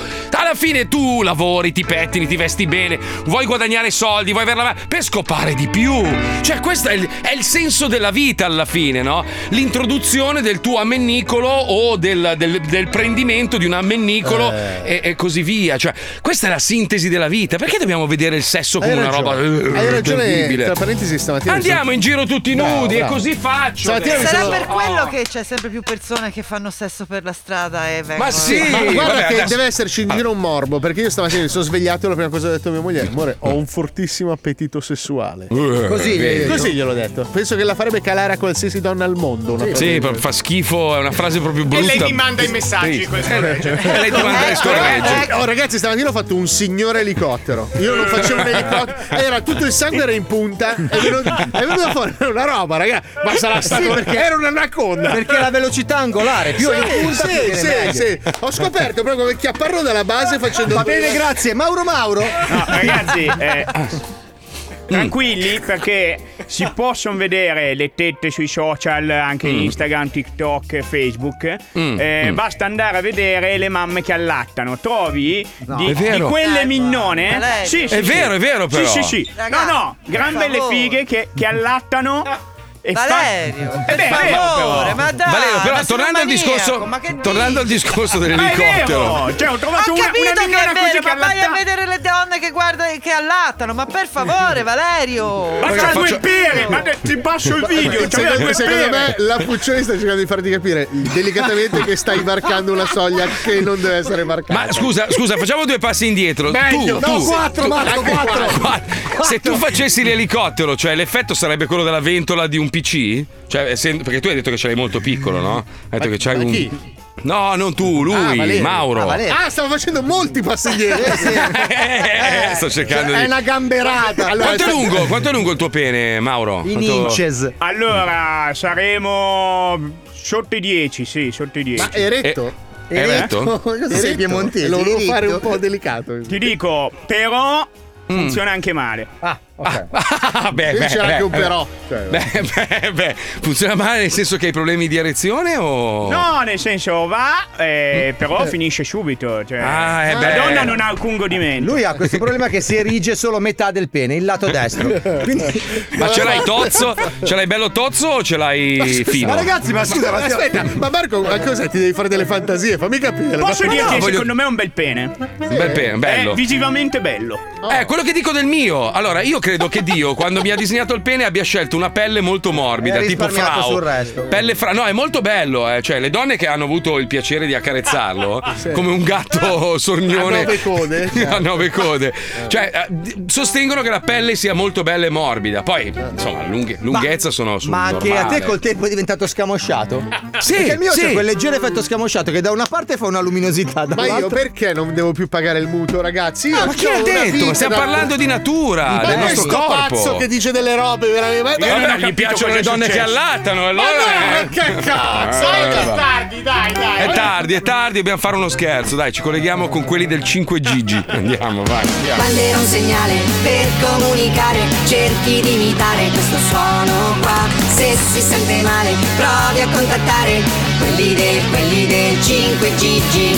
alla fine tu lavori, ti pettini, ti vesti bene, vuoi guadagnare soldi, vuoi averla per scopare di più. Cioè, questo è il senso della vita alla fine, no? L'introduzione del tuo ammennicolo o del prendimento di un ammennicolo e così via. Cioè, questa è la sintesi della vita. Perché dobbiamo vedere il sesso come una roba Hai ragione, terribile? tra parentesi, stamattina andiamo in giro tutti nudi e così faccio. Sarà per quello che c'è sempre più persone che fanno sesso per la strada e vengono. Ma sì, ma guarda vabbè, che adesso... deve esserci in giro un morbo, perché io stamattina mi sono svegliato e la prima cosa che ho detto a mia moglie: amore, ho un fortissimo appetito sessuale. Così gliel'ho detto. Penso che la farebbe calare a qualsiasi donna al mondo. Sì, fa schifo, è una frase proprio brutta. E lei mi manda i messaggi. Lei ti manda le scorregge. Oh ragazzi, stamattina ho fatto un signore elicottero. Io non facevo un elicottero, era tutto il sangue era in punta. È venuto fuori una roba, ragazzi. Ma sarà stato perché era un'anaconda. Perché la velocità angolare più in punta sì. Ho scoperto proprio come chiapparlo dalla base facendo. Va bene, grazie. Mauro. No, ragazzi, tranquilli, perché si possono vedere le tette sui social, anche Instagram, TikTok, Facebook. Basta andare a vedere le mamme che allattano. Trovi di quelle mignone. Sì, è vero però. Sì. Ragazzi, no, gran belle fighe che allattano. Valerio, per favore, ma dai, Valerio, però ma tornando al discorso dell'elicottero. Cioè, ho trovato ho capito una che è così vero, ma vai a vedere le donne che che allattano, ma per favore, Valerio. Ma c'ha due pere, ma ti passo il video. Secondo me la Puccioni sta cercando di farti capire delicatamente che stai varcando una soglia che non deve essere varcata. Ma scusa, facciamo 2 passi indietro. Meglio. Tu, 4, Marco, 4. Se tu facessi l'elicottero, cioè l'effetto sarebbe quello della ventola di un PC? Cioè, perché tu hai detto che ce l'hai molto piccolo, no? Hai detto che c'hai un. Chi? No, non tu, lui, Mauro. Stavo facendo molti passi indietro. Sto cercando È una gamberata. Allora, quanto è lungo il tuo pene, Mauro? In inches. Allora, saremo sotto i 10, sì, sotto i 10. Ma è retto? Eretto? Sei piemontese. Lo volevo fare un po' delicato. Ti dico, però funziona anche male. Ok. C'era anche un però. Beh, funziona male nel senso che hai problemi di erezione o. No, nel senso va, però finisce subito. Cioè, la donna non ha alcun godimento. Lui ha questo problema che si erige solo metà del pene, il lato destro. Quindi... Ma ce l'hai tozzo? Ce l'hai bello tozzo o ce l'hai fino? Ma ragazzi, ma scusa, aspetta, ma Marco, ma cosa ti devi fare delle fantasie? Fammi capire. Posso dirti che secondo me è un bel pene. Un bel pene, bello. È visivamente bello. Quello che dico del mio. Allora, io credo che Dio, quando mi ha disegnato il pene, abbia scelto una pelle molto morbida, tipo Frau. Sul resto. Pelle no, è molto bello, cioè le donne che hanno avuto il piacere di accarezzarlo, come un gatto sornione a 9 code. Cioè, sostengono che la pelle sia molto bella e morbida. Poi, insomma, lunghezza sono sul Ma anche normale. a te col tempo è diventato scamosciato? Sì, perché il mio c'è quel leggero effetto scamosciato che da una parte fa una luminosità, ma io perché non devo più pagare il mutuo, ragazzi? Io ma chi ha detto? Ma stiamo parlando di natura, del nostro corpo. Pazzo che dice delle robe veramente. Vabbè, gli piacciono le donne che allattano, allora. Che cazzo! È tardi, dobbiamo fare uno scherzo. Dai, ci colleghiamo con quelli del 5 Gigi. Andiamo, vai. Quando era un segnale per comunicare, cerchi di imitare questo suono qua. Se si sente male, provi a contattare quelli del 5 Gigi.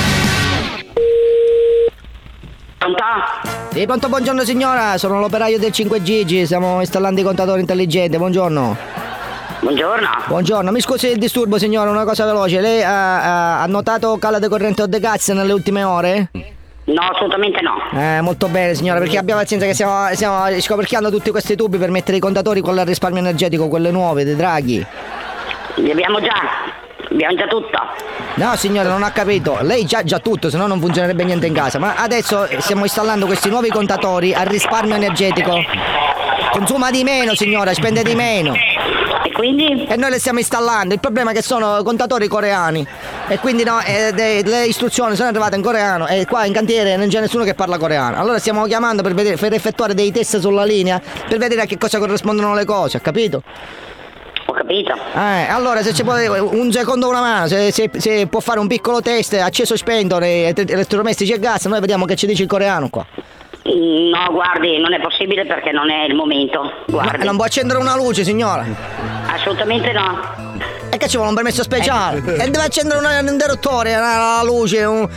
Pronto? Sì, pronto, buongiorno signora, sono l'operaio del 5 Gigi, stiamo installando i contatori intelligenti, buongiorno. Buongiorno, mi scusi il disturbo signora, una cosa veloce, lei ha notato calo di corrente o de gas nelle ultime ore? No, assolutamente no. Molto bene signora, perché abbiamo pazienza che stiamo scoperchiando tutti questi tubi per mettere i contatori con il risparmio energetico, quelle nuove, dei Draghi. Li abbiamo già tutto. No signora, non ha capito, lei già tutto, se no non funzionerebbe niente in casa, ma adesso stiamo installando questi nuovi contatori a risparmio energetico. Consuma di meno signora, spende di meno. E quindi? E noi le stiamo installando, il problema è che sono contatori coreani e quindi no, le istruzioni sono arrivate in coreano e qua in cantiere non c'è nessuno che parla coreano. Allora stiamo chiamando per effettuare dei test sulla linea per vedere a che cosa corrispondono le cose, ha capito? Ho capito. Allora se ci può un secondo una mano, se può fare un piccolo test acceso e spento elettrodomestici e gas, noi vediamo che ci dice il coreano qua. No, guardi, non è possibile perché non è il momento. Guardi. Ma non può accendere una luce, signora? Assolutamente no. E che ci vuole un permesso speciale? E deve accendere un interruttore, una luce,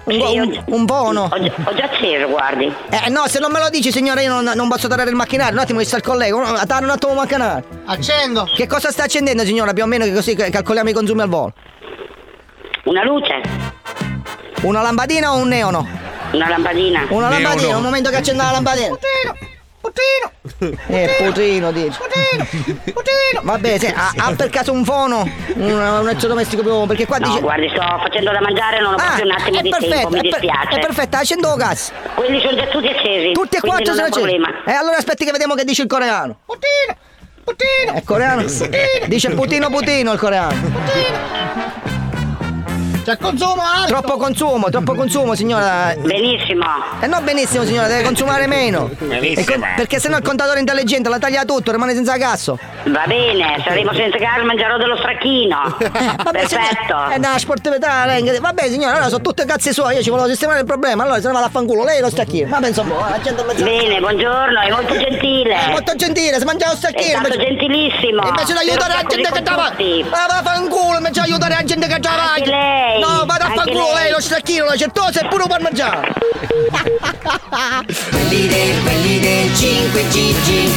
Un bono. Ho già acceso, guardi. No, se non me lo dici, signora, io non posso tarare il macchinario. Un attimo, che sta il collega. Un attimo il macchinario. Accendo. Che cosa sta accendendo, signora? Più o meno, che così calcoliamo i consumi al volo. Una luce. Una lampadina o un neono? Una lampadina. Una lampadina, un momento che accenda la lampadina. Putrino. Putrino, dici. Putrino. Vabbè, ha per caso un fono? Un elettrodomestico più. Perché qua no, dice. Guardi, sto facendo da mangiare, non ho proprio un attimo di tempo, mi dispiace. È perfetto, accendo il gas. Quelli sono già tutti accesi. Tutti e quattro sono accesi. Allora aspetti che vediamo che dice il coreano. Putrino. È coreano? Dice Putino il coreano. Putrino. C'è consumo alto. Troppo consumo, signora. Benissimo. No, benissimo, signora, deve consumare meno. Benissimo. Perché sennò il contatore intelligente la taglia tutto, rimane senza gas. Va bene, saremo senza gas, mangerò dello stracchino. Perfetto. È una sportività. Vabbè, signora, allora sono tutte cazzi suoi, io ci volevo sistemare il problema, allora se ne vado a fanculo, lei lo stracchino. Ma penso un po', la gente bene, buongiorno, è molto gentile. Molto gentile, si mangia lo stracchino. È stato gentilissimo. Invece di aiutare la gente che trova. Va a fanculo, invece di aiutare la gente che trova. Anche lei. No, vado a fanculo lei, lo stracchino, la certosa e pure un parmigiano. Quelli del 5GG.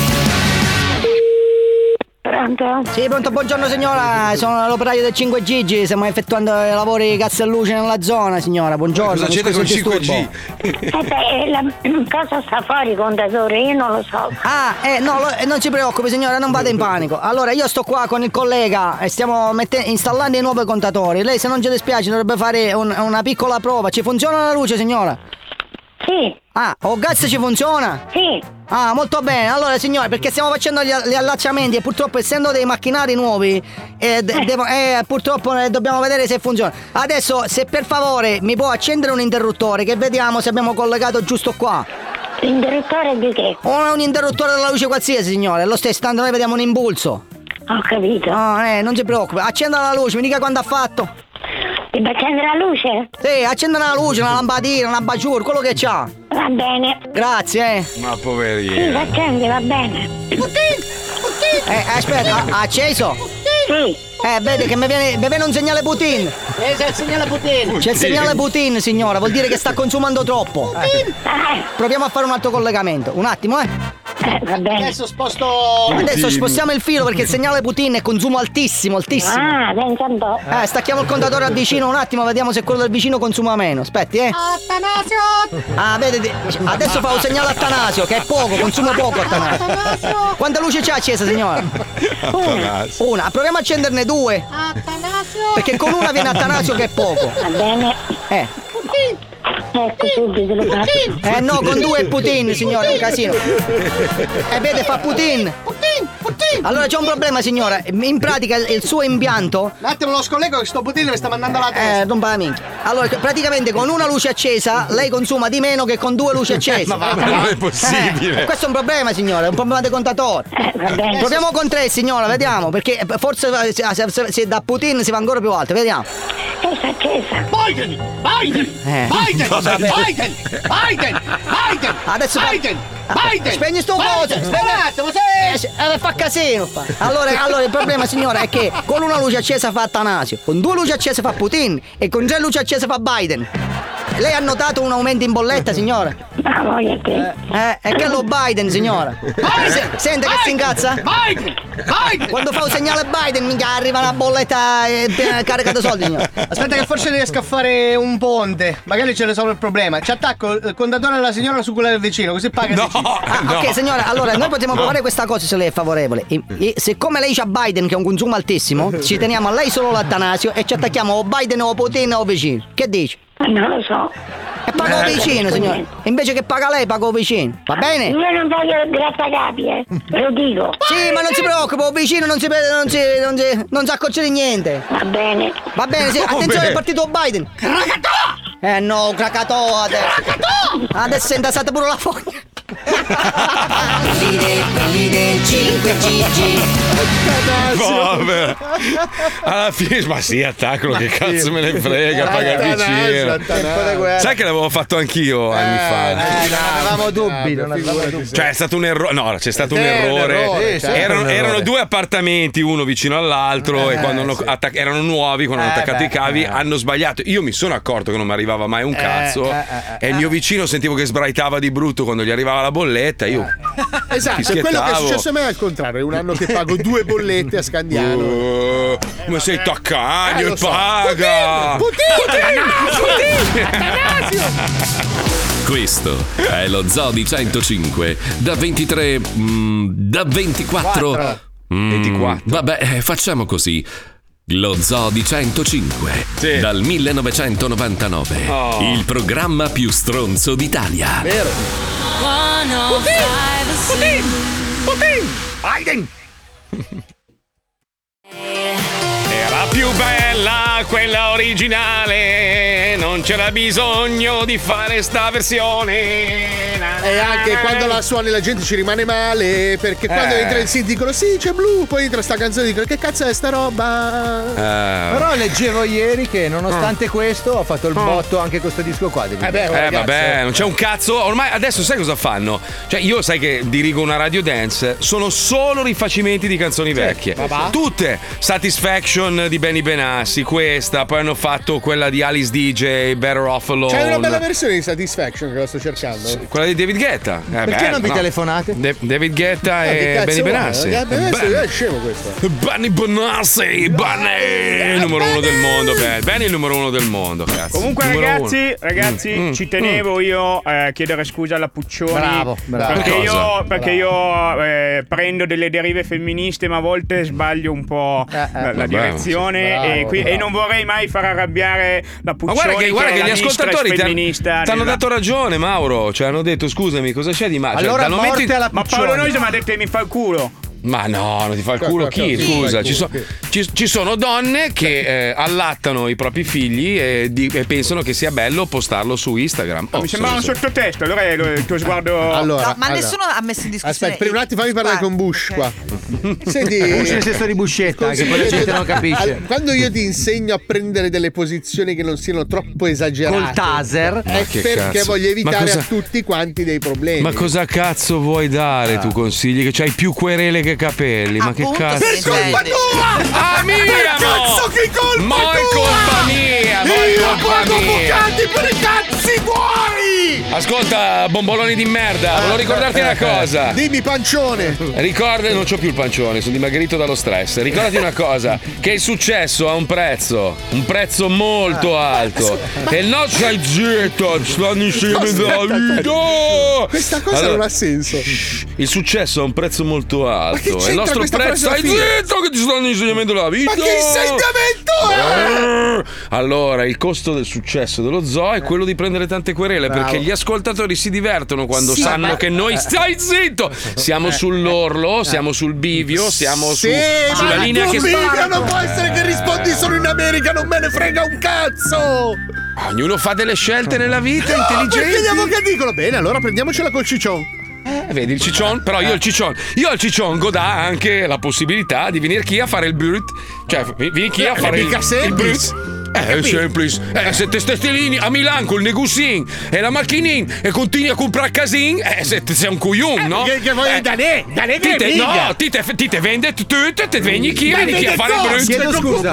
Pronto? Sì, pronto, buongiorno signora, sono l'operaio del 5G, stiamo effettuando i lavori di gas e luce nella zona, signora, buongiorno. Cosa c'è con il 5G? La cosa sta fuori, contatore, io non lo so. Non si preoccupi signora, non vada in panico. Allora, io sto qua con il collega e stiamo installando i nuovi contatori. Lei, se non ci dispiace, dovrebbe fare una piccola prova. Ci funziona la luce, signora? Sì. Il gas ci funziona? Sì. Molto bene. Allora, signore, perché stiamo facendo gli allacciamenti e purtroppo, essendo dei macchinari nuovi, purtroppo dobbiamo vedere se funziona. Adesso, se per favore mi può accendere un interruttore, che vediamo se abbiamo collegato giusto qua. L'interruttore di che? Un interruttore della luce qualsiasi, signore. È lo stesso, tanto noi vediamo un impulso. Ho capito. Non si preoccupi. Accenda la luce, mi dica quando ha fatto. Devo accendere la luce? Sì, accenda la luce, una lampadina, una baciur, quello che c'ha. Va bene. Grazie. Ma poverina. Sì, l'accendi, va bene. Aspetta, ha acceso? Sì. Vede che mi viene un segnale Putin. C'è il segnale Putin. C'è il segnale Putin, signora, vuol dire che sta consumando troppo. Proviamo a fare un altro collegamento. Un attimo, va bene. Adesso spostiamo il filo perché il segnale Putin è consumo altissimo. Pensa un po'. Stacchiamo il contatore al vicino un attimo, vediamo se quello del vicino consuma meno. Aspetti, Attanasio! Vedi, adesso fa un segnale Attanasio, che è poco, consuma poco Attanasio. Quante luci c'ha accesa, signora? Una. Proviamo a accenderne 2. Attanasio! Perché con una viene Attanasio, che è poco. Va bene. Ecco subito lo faccio. No, con 2 è Putin, signora, è un casino. Vede, fa Putin. Allora c'è un problema, signora. In pratica il suo impianto. Un attimo, lo scollego che sto Putin mi sta mandando la testa. Non va minchia. Allora, praticamente con una luce accesa lei consuma di meno che con 2 luci accese. Ma non è possibile. Questo è un problema, signora, è un problema di contatore. Va bene. Proviamo con 3, signora, vediamo. Perché forse se da Putin si va ancora più alto, vediamo. Sta accesa. Biden! Adesso Biden! Spegni sto coso! Fa casino! Allora il problema, signora, è che con una luce accesa fa Attanasio, con 2 luci accese fa Putin e con 3 luci accese fa Biden. Lei ha notato un aumento in bolletta, signora? È che lo Biden, signora. Sente che si incazza? Biden! Quando fa un segnale Biden, mica arriva una bolletta carica di soldi, signora. Aspetta che forse riesco a fare un ponte. Magari ce ne risolvo il problema. Ci attacco il contatore della signora su quella del vicino, così paga il vicino. Ok, signora, allora noi potremmo provare questa cosa se lei è favorevole. Siccome lei c'ha Biden, che è un consumo altissimo, ci teniamo a lei solo l'Attanasio e ci attacchiamo o Biden o Putin o vicino. Che dici? Non lo so. E pago vicino, signora. Invece che paga lei, pago vicino. Va bene? Io non voglio grattacapi, lo dico. Sì, ma non si preoccupa, o vicino non si accorge di niente. Va bene. Va bene, sì. Attenzione, è partito Biden. Krakatoa! No, Krakatoa adesso. Adesso è intasata pure la foglia. Quelli del 5GG. Vabbè. Alla fine, ma sì, attaccalo, che cazzo me ne frega, paga il vicino. Sai che l'avevo fatto anch'io anni fa? Non avevamo dubbi, Cioè, è stato un errore. No, c'è stato un errore. Erano due appartamenti, uno vicino all'altro, e quando erano nuovi, quando hanno attaccato i cavi, hanno sbagliato. Io mi sono accorto che non mi arrivava mai un cazzo. E il mio vicino sentivo che sbraitava di brutto quando gli arrivava la bolletta. Io esatto, è quello che è successo a me al contrario. È un anno che pago 2 bollette a Scandiano. Ma sei taccagno e paga! Questo è lo Zodi 105 da 23 da 24 24. Vabbè, facciamo così. Lo Zodi 105 dal 1999, il programma più stronzo d'Italia. Vero. Era più bella quella originale, non c'era bisogno di fare sta versione. E anche quando la suoni la gente ci rimane male, perché quando entra il synth dicono sì c'è Blue, poi entra sta canzone e dicono che cazzo è sta roba. Però leggevo ieri che nonostante questo ha fatto il botto anche questo disco qua. Vabbè, non c'è un cazzo. Ormai adesso sai cosa fanno? Cioè io sai che dirigo una radio dance, sono solo rifacimenti di canzoni vecchie. Tutte. Satisfaction di Benny Benassi, questa, poi hanno fatto quella di Alice DJ, Better Off Alone. C'è una bella versione di Satisfaction che la sto cercando. Quella di David Guetta. Perché non vi telefonate? David Guetta e Benny Benassi. È scemo questo. Benny Benassi, Benny il numero 1 del mondo. Benny il numero 1 del mondo, cazzo. Comunque ragazzi, ci tenevo io a chiedere scusa alla Puccioni. Bravo. Perché io prendo delle derive femministe, ma a volte sbaglio un po' la direzione e non vorrei mai far arrabbiare la Puccioni. Ma guarda che gli ascoltatori ti hanno dato ragione, Mauro. Cioè hanno detto scusami, cosa c'è di male? Allora cioè, ma Paolo Noise mi ha detto che mi fa il culo. Ma no, non ti fa il culo chi? Scusa, ci sono donne che allattano i propri figli e pensano che sia bello postarlo su Instagram. Mi sembrava un sottotesto, allora è il tuo sguardo. No, ma nessuno ha messo in discussione. Aspetta, per un attimo fammi parlare con Bush qua. Senti, Bush nel senso di Buscetta, che poi la gente non capisce. Quando io ti insegno a prendere delle posizioni che non siano troppo esagerate col taser, è perché voglio evitare a tutti quanti dei problemi. Ma cosa cazzo vuoi dare tu consigli? Che c'hai più querele che capelli, ma che cazzo? Per colpa tua! Mia! Cazzo che colpa ma tua! È colpa mia! Io pago avvocati per i cazzi tuoi! Ascolta, bomboloni di merda, volevo ricordarti una cosa. Dimmi pancione. Ricorda, non c'ho più il pancione, sono dimagrito dallo stress. Ricordati una cosa, che il successo ha un prezzo molto alto. E il nostro stai zitto, stanno insieme da vita. Questa cosa non ha senso. Il successo ha un prezzo molto alto. E il nostro prezzo, stai zitto che ti stanno insegnamento della vita. Ma che insegnamento è? Allora, il costo del successo dello zoo è quello di prendere tante querele, perché gli ascoltatori si divertono quando sanno che noi stai zitto. Siamo sull'orlo, siamo sul bivio, siamo sulla linea che spara. Non può essere che rispondi solo in America, non me ne frega un cazzo. Ognuno fa delle scelte nella vita intelligenti. Perché gli avvocati dicono bene, allora prendiamocela col ciccione. Vedi il ciccione? Però io al ciccione dà anche la possibilità di venire qui a fare il brut. Cioè, vieni qui a fare il brut. Semplice. Se te stessi lì a Milano col negusin e la macchinin e continui a comprare casin, se sei un cuglione, no? Che vuoi da ne no, ti te vende tutto e veni qui a fare il brut. Chiedo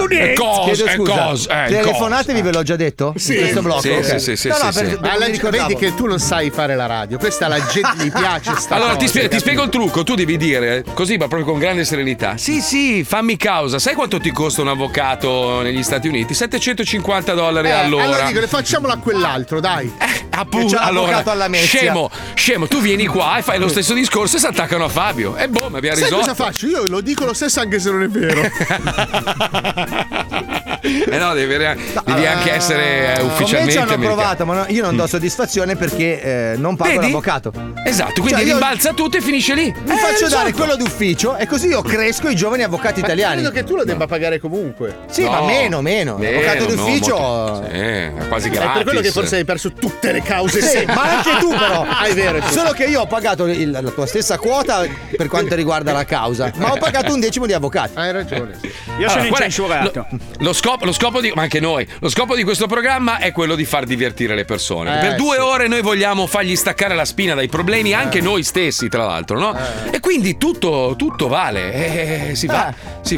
scusa. Telefonatevi, ve l'ho già detto? Sì. Questo blocco. Sì. Vedi che tu non sai fare la radio. Questa la gente gli piace. Allora ti spiego il trucco. Tu devi dire così, ma proprio con grande serenità. Sì, fammi causa. Sai quanto ti costa un avvocato negli Stati Uniti? $750 all'ora. Allora dico, facciamolo a quell'altro, dai. Appunto, allora, scemo, tu vieni qua e fai lo stesso discorso e si attaccano a Fabio. E boh, mi abbiamo risolto. Sai cosa faccio? Io lo dico lo stesso anche se non è vero. No, devi anche essere ufficialmente ci hanno americano. provato, ma io non do soddisfazione perché non pago Vedi? l'avvocato. Esatto, quindi rimbalza tutto e finisce lì. Mi faccio dare quello d'ufficio e così io cresco i giovani avvocati italiani. Credo che tu lo debba pagare comunque. Sì, ma meno. L'avvocato d'ufficio è quasi È gratis. per quello che forse hai perso tutte le cause. Sì, ma anche tu però. È vero. Solo che io ho pagato la tua stessa quota per quanto riguarda la causa, ma ho pagato un decimo di avvocati. Hai ragione. Sì. Io sono Guarda, incensurato. Lo scopo di, ma anche noi, lo scopo di questo programma è quello di far divertire le persone. Per 2 ore noi vogliamo fargli staccare la spina dai problemi, anche noi stessi, tra l'altro, no? E quindi tutto vale. Si va.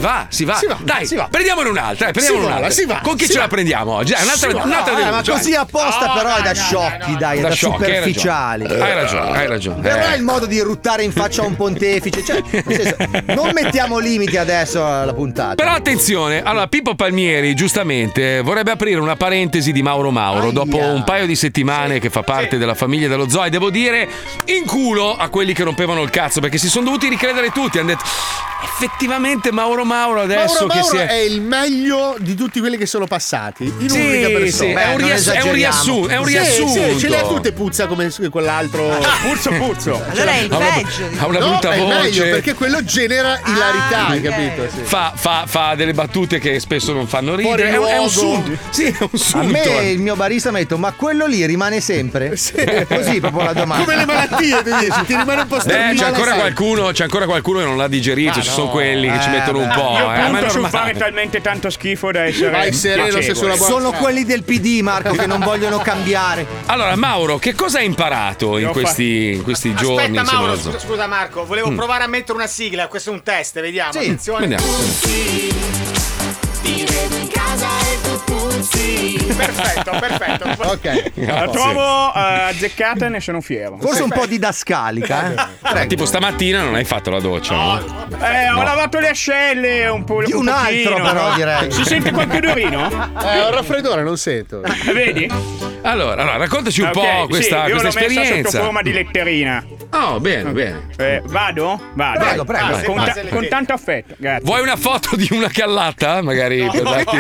Dai, prendiamone un'altra. Si va. Con chi ce la prendiamo oggi? Un'altra ma denuncia. così apposta però è da sciocchi, dai, è da sciocchi, superficiali. Hai ragione. Non è il modo di ruttare in faccia a un pontefice, cioè, nel senso, non mettiamo limiti adesso alla puntata. Però attenzione, allora Pippo Palmieri giustamente vorrebbe aprire una parentesi di Mauro Mauro dopo un paio di settimane che fa parte della famiglia dello Zoo, e devo dire in culo a quelli che rompevano il cazzo, perché si sono dovuti ricredere tutti, hanno detto effettivamente Mauro adesso Mauro che si è il meglio di tutti quelli che sono passati in un'unica persona. Sì, è un riassunto. Sì, ce le ha tutte puzza come quell'altro. Puzzo. Allora è il peggio. Ha una brutta è voce. meglio perché quello genera ilarità, hai capito? Sì. Fa delle battute che spesso non fanno ridere. Fuori È un luogo. sunto. Sì, è un A sunto. me il mio barista mi ha detto: ma quello lì rimane sempre? Così proprio la domanda. Come le malattie, tu dici, ti rimane un po' C'è ancora qualcuno che non l'ha digerito. Ci sono quelli che ci mettono un po'. Io ma è punto sul normale. fare talmente tanto schifo da essere Vai sereno, piacevole. sei sulla buona Sono quelli del PD, Marco, che non vogliono cambiare. Allora, Mauro, che cosa hai imparato in questi giorni? Aspetta, insieme Mauro, allo zoo? scusa Marco, volevo provare a mettere una sigla. Questo è un test, vediamo. Sì, Attenzione. Vediamo. Ti vedo in casa e tu puzzi. Perfetto. Ok. La trovo azzeccata e ne sono fiero. Forse un po' didascalica, Tipo stamattina non hai fatto la doccia, no? Ho lavato le ascelle un po'. Di un altro, pochino. però, direi. Si sente qualche odorino? Ho un raffreddore, non sento. Vedi? Allora, raccontaci un Ok, po' questa io l'ho messa esperienza. sotto forma di letterina. Oh, bene. Vado? Prego. Con tanto affetto, grazie. Vuoi una foto di una callata? Magari per darti...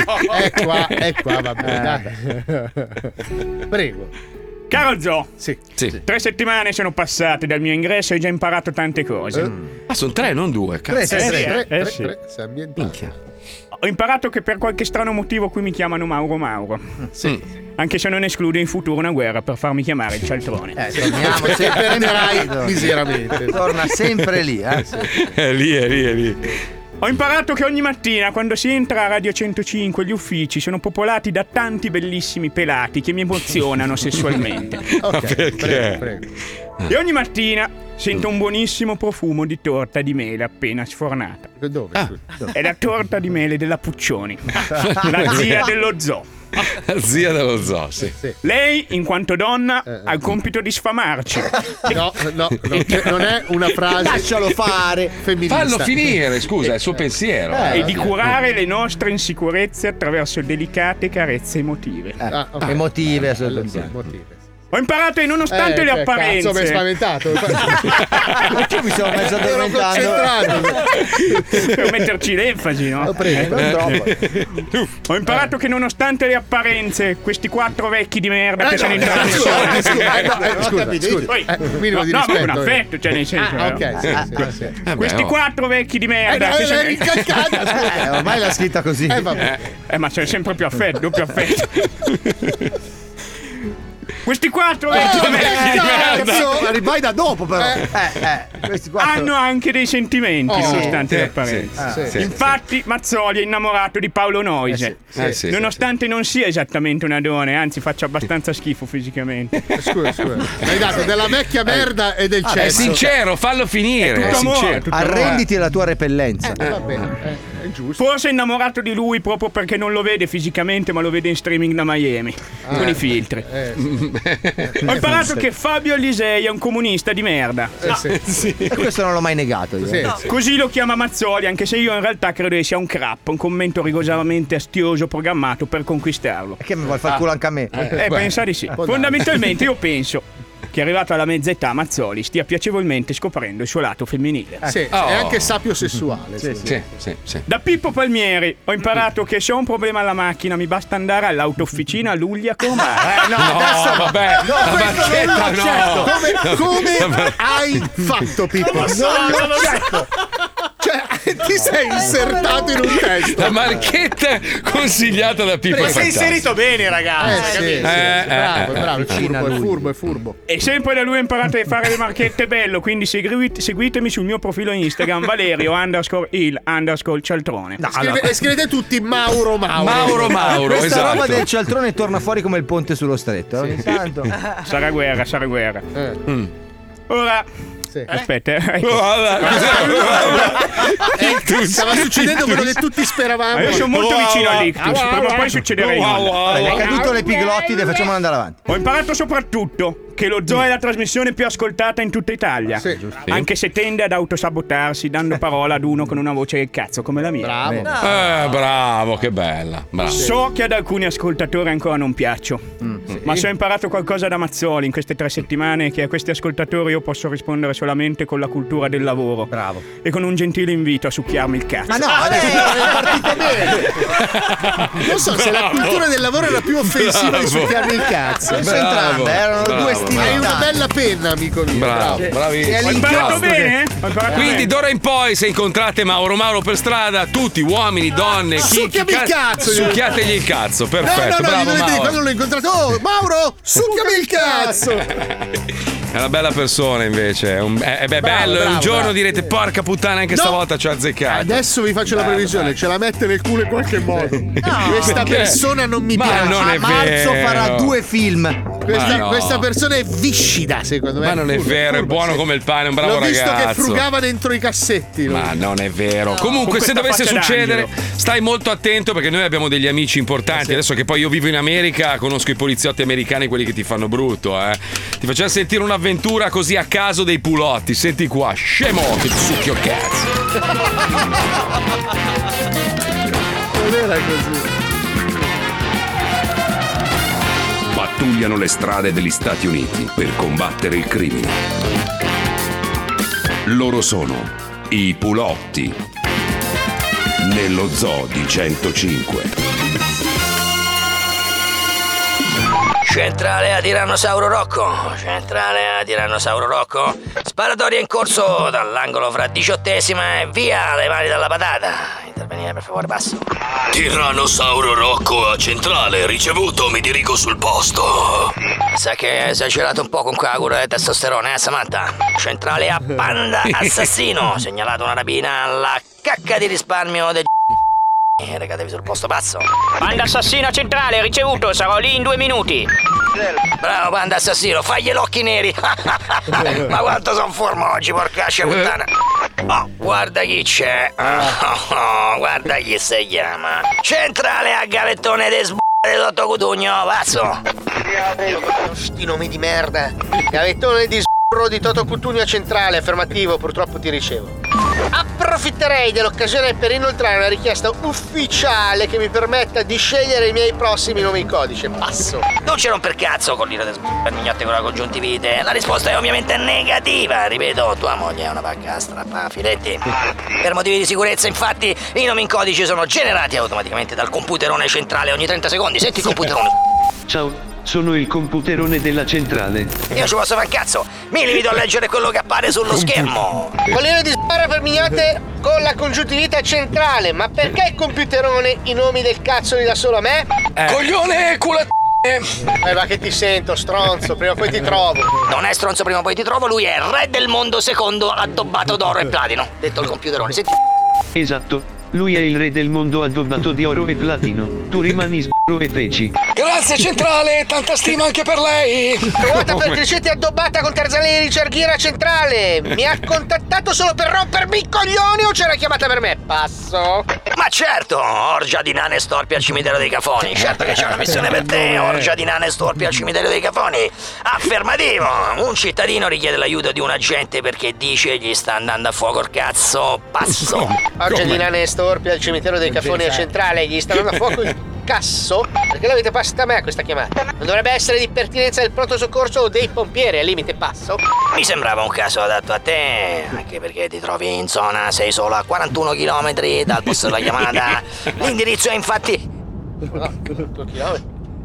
È qua, va bene. Prego. Caro Zo, Sì. 3 settimane sono passate dal mio ingresso e hai già imparato tante cose. Ah, sono 3, non 2. Cazzo. sì. Tre. Sei ambientato. Minchia. Ho imparato che per qualche strano motivo qui mi chiamano Mauro. Sì. Anche se non escludo in futuro una guerra per farmi chiamare il cialtrone. Torniamo Te sempre prenderai miseramente. Torna sempre lì, È lì. Ho imparato che ogni mattina quando si entra a Radio 105 gli uffici sono popolati da tanti bellissimi pelati che mi emozionano sessualmente. Ok, perché? prego. E ogni mattina sento un buonissimo profumo di torta di mele appena sfornata. Dove? È la torta di mele della Puccioni, la zia dello zoo. La zia dello zoo, sì. Lei, in quanto donna, ha il compito di sfamarci. No, non è una frase. Lascialo fare. Femminista. Fallo finire, scusa, è il suo pensiero. E di curare le nostre insicurezze attraverso delicate carezze emotive. Emotive, Motive. Ho imparato e nonostante le apparenze. Cazzo, mi hai spaventato. Io mi sono mezzo Ero addormentando. concentrato. Per metterci l'enfasi, no? Ho imparato che nonostante le apparenze, questi 4 vecchi di merda che sono in trasmissione. Scusa. Minimo di No, rispetto. un affetto, cioè nel senso. Ok, sì. Questi 4 vecchi di merda che sono in... Ormai l'ha scritta così. ma c'è sempre più affetto, doppio affetto. Questi 4 vecchi di merda Vai da dopo, però. Questi 4 hanno anche dei sentimenti nonostante le apparenze. Infatti Mazzoli è innamorato di Paolo Noise, nonostante non sia esattamente una donna, anzi faccia abbastanza schifo fisicamente. Scusa. Mi hai dato della vecchia merda e del cesso. È sincero, fallo finire. È tutto amore. Arrenditi alla tua repellenza. Va bene, è giusto. Forse è innamorato di lui proprio perché non lo vede fisicamente, ma lo vede in streaming da Miami con i filtri. Ho imparato che Fabio Alisei è un comunista di merda. E questo non l'ho mai negato io. Così lo chiama Mazzoli, anche se io in realtà credo che sia un crap, un commento rigorosamente astioso programmato per conquistarlo. Che mi vuoi far culo anche a me? Pensa di sì. Fondamentalmente io penso che arrivato alla mezza età Mazzoli stia piacevolmente scoprendo il suo lato femminile. Sì, è anche sapio sessuale. Sì. Da Pippo Palmieri ho imparato che se ho un problema alla macchina mi basta andare all'autofficina Luglia Comare. Vabbè, la marchetta no. Come hai fatto, Pippo? Non lo accetto. Cioè, ti sei insertato in un testo. La marchetta consigliata da Pippo. Ma sei inserito bene, ragazzi. Bravo, è furbo. E sempre da lui ho imparato a fare le marchette bello, quindi seguitemi sul mio profilo Instagram Valerio_il_Cialtrone. Scrivete tutti Mauro. Questa esatto. roba del cialtrone torna fuori come il ponte sullo stretto. Ogni tanto. Sarà guerra. Ora aspetta, stava succedendo quello che tutti speravamo. Io sono molto vicino all'ictus, prima o poi succederà in onda. È caduto l'epiglottide, facciamolo andare avanti. Ho imparato soprattutto che lo zoo è la trasmissione più ascoltata in tutta Italia, anche se tende ad autosabotarsi dando parola ad uno con una voce del cazzo come la mia. Bravo, che bella. Bravo. So che ad alcuni ascoltatori ancora non piaccio, ma se ho imparato qualcosa da Mazzoli in queste 3 settimane, che a questi ascoltatori io posso rispondere solamente con la cultura del lavoro. Bravo. E con un gentile invito a succhiarmi il cazzo. Ma no, adesso è partito bene. Non so se la cultura del lavoro era più offensiva di succhiarmi il cazzo. Entrambe erano due stili. Hai una bella penna, amico mio. Bravissimo. Ho imparato bene? Quindi d'ora in poi, se incontrate Mauro per strada, tutti, uomini, donne, succhiami il cazzo. Succhiategli il cazzo, perfetto. No, bravo Mauro. quando l'ho incontrato, Mauro, succhiami il cazzo. È una bella persona invece. Bello. Un giorno direte porca puttana, anche stavolta ci ha azzeccato. Adesso vi faccio la previsione, ce la mette nel culo in qualche modo. Questa persona non mi piace. Non è A marzo vero. farà 2 film. Questa persona è viscida, secondo me. Ma non è vero, è buono come il pane, un bravo ragazzo. L'ho visto che frugava dentro i cassetti. Ma non è vero. Comunque, se dovesse succedere, stai molto attento, perché noi abbiamo degli amici importanti. Adesso che poi io vivo in America, conosco i poliziotti americani, quelli che ti fanno brutto, Ti facciamo sentire un'avventura così a caso dei pulotti. Senti qua, scemo, che ti succhio cazzo. Non era così. Pattugliano le strade degli Stati Uniti per combattere il crimine. Loro sono i pulotti nello zoo di 105. Centrale a Tirannosauro Rocco. Sparatoria in corso dall'angolo fra 18ª e via le mani dalla patata. Intervenire per favore, passo. Tirannosauro Rocco a centrale, ricevuto, mi dirigo sul posto. Sa che hai esagerato un po' con quella cura del testosterone, Samantha? Centrale a Panda Assassino. Segnalato una rapina alla cacca di risparmio del recatevi sul posto, passo. Panda Assassino centrale, ricevuto, sarò lì in 2 minuti. Bravo Panda Assassino, fagli gli occhi neri. Ma quanto son formo oggi, porcaccia puttana. Oh, guarda chi c'è. Guarda chi si chiama. Centrale a Gavettone de sotto Cutugno, passo. Sti nomi di merda. Gavettone di di Toto Cutugno centrale, affermativo, purtroppo ti ricevo. Approfitterei dell'occasione per inoltrare una richiesta ufficiale che mi permetta di scegliere i miei prossimi nomi in codice. Passo. Non c'è romper cazzo con l'ira per mignotte con la congiuntivite. La risposta è ovviamente negativa. Ripeto, tua moglie è una vacca a strappa filetti. Per motivi di sicurezza, infatti, i nomi in codice sono generati automaticamente dal computerone centrale ogni 30 secondi. Senti il computerone. Ciao. Sono il computerone della centrale. Io ci posso fare un cazzo. Mi limito a leggere quello che appare sullo schermo. Collino di sbarra per mignotte con la congiuntività centrale. Ma perché il computerone i nomi del cazzo li dà solo a me? Coglione culo. Ma che ti sento, stronzo, prima o poi ti trovo. Non è stronzo, prima o poi ti trovo, lui è re del mondo secondo addobbato d'oro e platino. Detto il computerone, senti. Esatto. Lui è il re del mondo addobbato di oro e platino. Tu rimani sbro e feci. Grazie centrale, tanta stima anche per lei. Ruota per Criceti addobbata con Tarzanelli di Cerghiera centrale. Mi ha contattato solo per rompermi i coglioni o c'era chiamata per me? Passo. Ma certo, orgia di nane e storpi al cimitero dei Cafoni. Certo che c'è una missione per te, orgia di nane e storpi al cimitero dei Cafoni. Affermativo. Un cittadino richiede l'aiuto di un agente perché dice gli sta andando a fuoco il cazzo. Passo. Orgia di nane e storpi al cimitero dei Cafoni a centrale. Gli sta andando a fuoco Casso? Perché l'avete passata a me questa chiamata? Non dovrebbe essere di pertinenza del pronto soccorso o dei pompieri, al limite passo? Mi sembrava un caso adatto a te, anche perché ti trovi in zona, sei solo a 41 km dal posto della chiamata. L'indirizzo è infatti... No, 2 chilometri.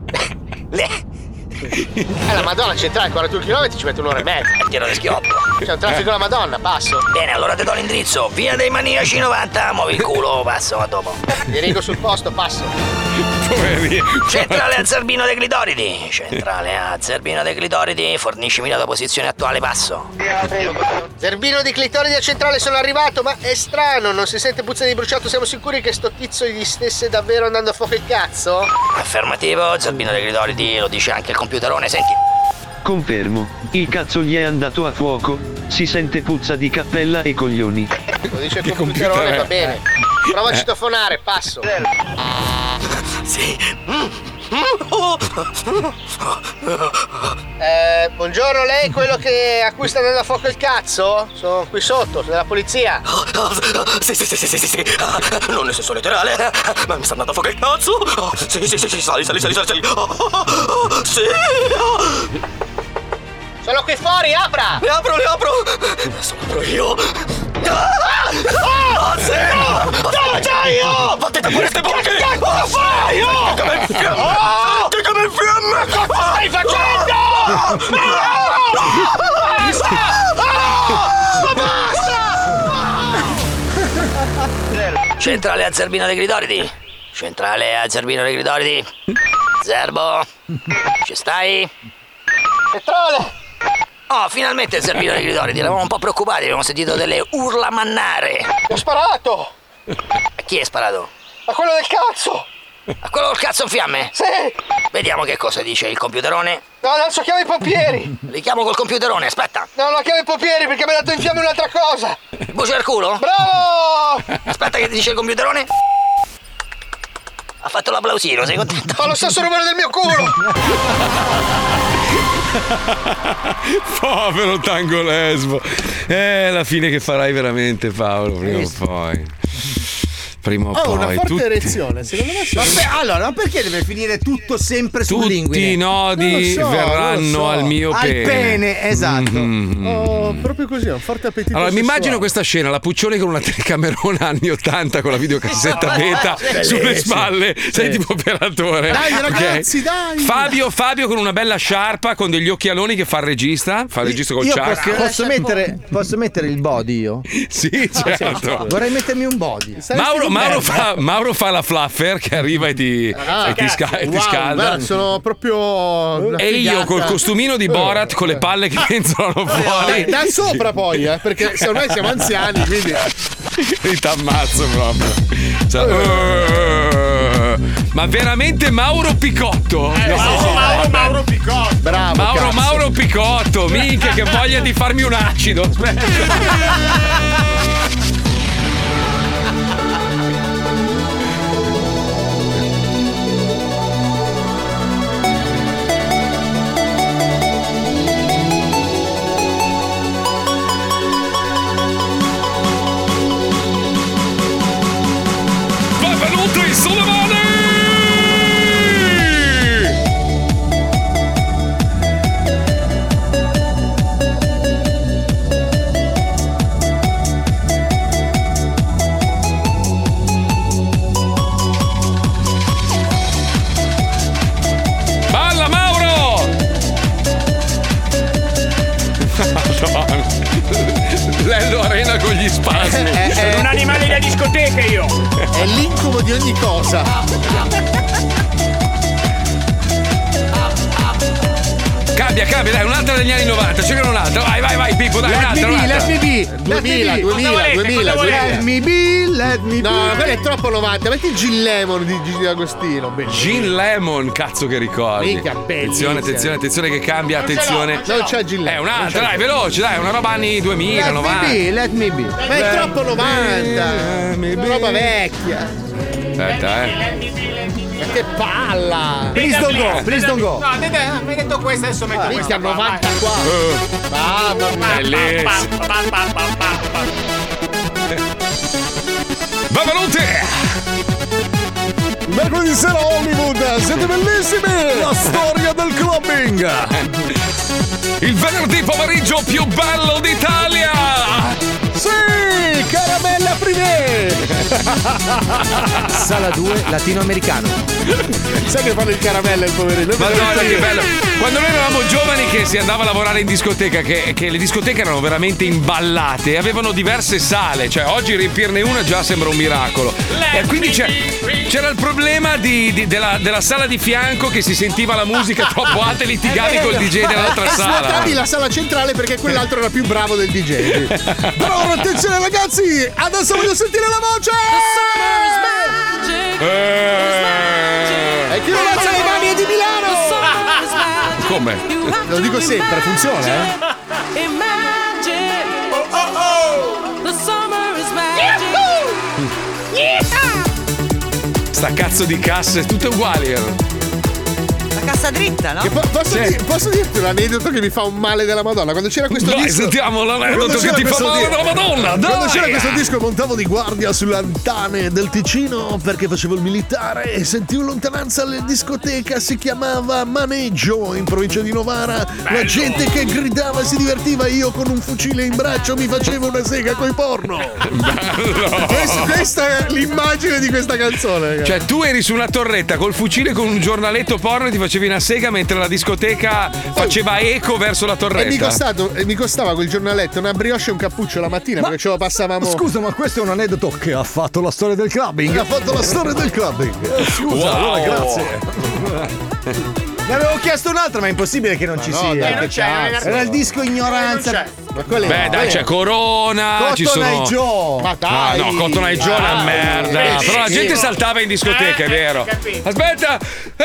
La Madonna centrale, 41 km ci mette un'ora e mezza. È pieno di schioppo. C'è un traffico alla Madonna, passo. Bene, allora ti do l'indirizzo. Via dei Maniaci 90, muovi il culo, passo, a dopo. Dirigo sul posto, passo. Centrale a Zerbino dei Clitoridi. Centrale a Zerbino dei Clitoridi, forniscimi la tua posizione attuale, passo. Zerbino di Clitoridi a centrale, sono arrivato, ma è strano, non si sente puzza di bruciato, siamo sicuri che sto tizio gli stesse davvero andando a fuoco il cazzo? Affermativo, Zerbino dei Clitoridi, lo dice anche il computerone, senti. Confermo, il cazzo gli è andato a fuoco, si sente puzza di cappella e coglioni. Lo dice il computerone, va bene. Prova a citofonare, passo. Sì. Buongiorno, lei è quello a cui sta andando a fuoco il cazzo? Sono qui sotto, sono della polizia. Sì. Non nel senso letterale, ma mi sta andando a fuoco il cazzo. Sì, sali. Sì. Sono qui fuori, apra! Le apro! Sono apro io! Dove c'hai io? Battete pure ste bocche! Che cazzo fai io? Che come il fiamme! Che cazzo stai facendo? Basta! Centrale a Zerbino dei Clitoridi. Zerbo, ci stai? Centrale! Oh, finalmente il Zerbino dei Clitoridi, eravamo un po' preoccupati, abbiamo sentito delle urla mannare. Ho sparato! A chi hai sparato? A quello del cazzo! A quello col cazzo in fiamme? Sì! Vediamo che cosa dice il computerone. No, adesso chiamo i pompieri! Li chiamo col computerone, aspetta! No, chiamo i pompieri perché mi ha dato in fiamme un'altra cosa! Buce al culo? Bravo! Aspetta che ti dice il computerone. Ha fatto l'applausino, sei contento? Fa lo stesso numero del mio culo! Povero Tango Lesbo. La fine che farai veramente, Paolo, prima o poi. Una forte tutti... erezione, secondo me. Allora, ma perché deve finire tutto sempre sull'inguine? Tutti i nodi verranno al mio pene. Al pene, esatto. Oh, proprio così, un forte appetito. Allora, mi sessuale. immagino questa scena, la Puccione con una telecamerona anni 80 con la videocassetta beta sulle spalle, sei tipo operatore. Dai ragazzi, dai! Fabio con una bella sciarpa, con degli occhialoni che fa il regista col Chuck. Posso mettere il body io? Sì, certo. Vorrei mettermi un body. Mauro fa la fluffer che arriva e ti scalda. Sono proprio. E io col costumino di Borat con le palle che penzolano fuori. Da sopra poi, perché se ormai siamo anziani, quindi. E t'ammazzo proprio. Ma veramente Mauro Picotto? Mauro Picotto. Bravo. Mauro Picotto, minchia che voglia di farmi un acido. Aspetta. Lello Arena con gli spasmi. Sono un animale da discoteca io. È l'incubo di ogni cosa. Cambia, dai, un'altra degli anni 90, cerca un'altra. Vai, Pippo, dai, un'altra. Let me be. 2000. Let me be. No, quello è troppo 90. Metti il Gin Lemon di Gigi D'Agostino. Gin Lemon, cazzo che ricordi. Mica, attenzione che cambia, attenzione. Non c'è Gin Lemon. Un'altra, dai, veloce, dai, una roba anni 2000, 90. Let me be. Ma è troppo 90. Una roba vecchia. Aspetta, Che palla! Please don't go. No, mi hai detto questo, adesso metto questa. 94. Mamma mia. Benvenuti! Mercoledì sera Hollywood siete bellissimi! La storia del clubbing! Il venerdì pomeriggio più bello d'Italia! Sì! Caramella privé! Sala 2 latinoamericano. Sai che fanno il caramella il poverino? Madonna, che bello! Quando noi eravamo giovani che si andava a lavorare in discoteca, che le discoteche erano veramente imballate, avevano diverse sale, cioè oggi riempirne una già sembra un miracolo. E quindi c'era il problema della sala di fianco che si sentiva la musica troppo alta e litigavi col DJ dell'altra sala. Svuotavi la sala centrale perché quell'altro era più bravo del DJ. Però ora attenzione ragazzi, adesso voglio sentire la voce! E chi non alza le mani è di Milano! Come? Lo dico sempre, funziona, eh? Sta cazzo di casse, tutte uguali erano. La cassa dritta, no? Posso dirti un aneddoto che mi fa un male della Madonna? Quando c'era questo Dai, disco. sentiamo l'aneddoto che ti fa male della Madonna, dai! Quando c'era questo disco montavo di guardia sulle antane del Ticino perché facevo il militare e sentivo in lontananza la discoteca, si chiamava Maneggio in provincia di Novara. Bello. La gente che gridava e si divertiva, io con un fucile in braccio mi facevo una sega coi porno. Bello! Questa è l'immagine di questa canzone, ragazzi. Cioè tu eri su una torretta col fucile con un giornaletto porno e ti facevi una sega mentre la discoteca faceva eco verso la torretta. E mi costava quel giornaletto una brioche e un cappuccio la mattina perché ce lo passavamo. Scusa, ma questo è un aneddoto che ha fatto la storia del clubbing. Ha fatto la storia del clubbing. Scusa, wow. allora grazie. Ne avevo chiesto un altro, ma è impossibile che non ci sia. Non c'è. Era il disco Ignoranza. Beh, dai, c'è Corona, Cotton ci sono. Eye Joe. Ma dai. No, Cotton Eye Joe è una merda. Però la gente saltava in discoteca, è vero. Aspetta.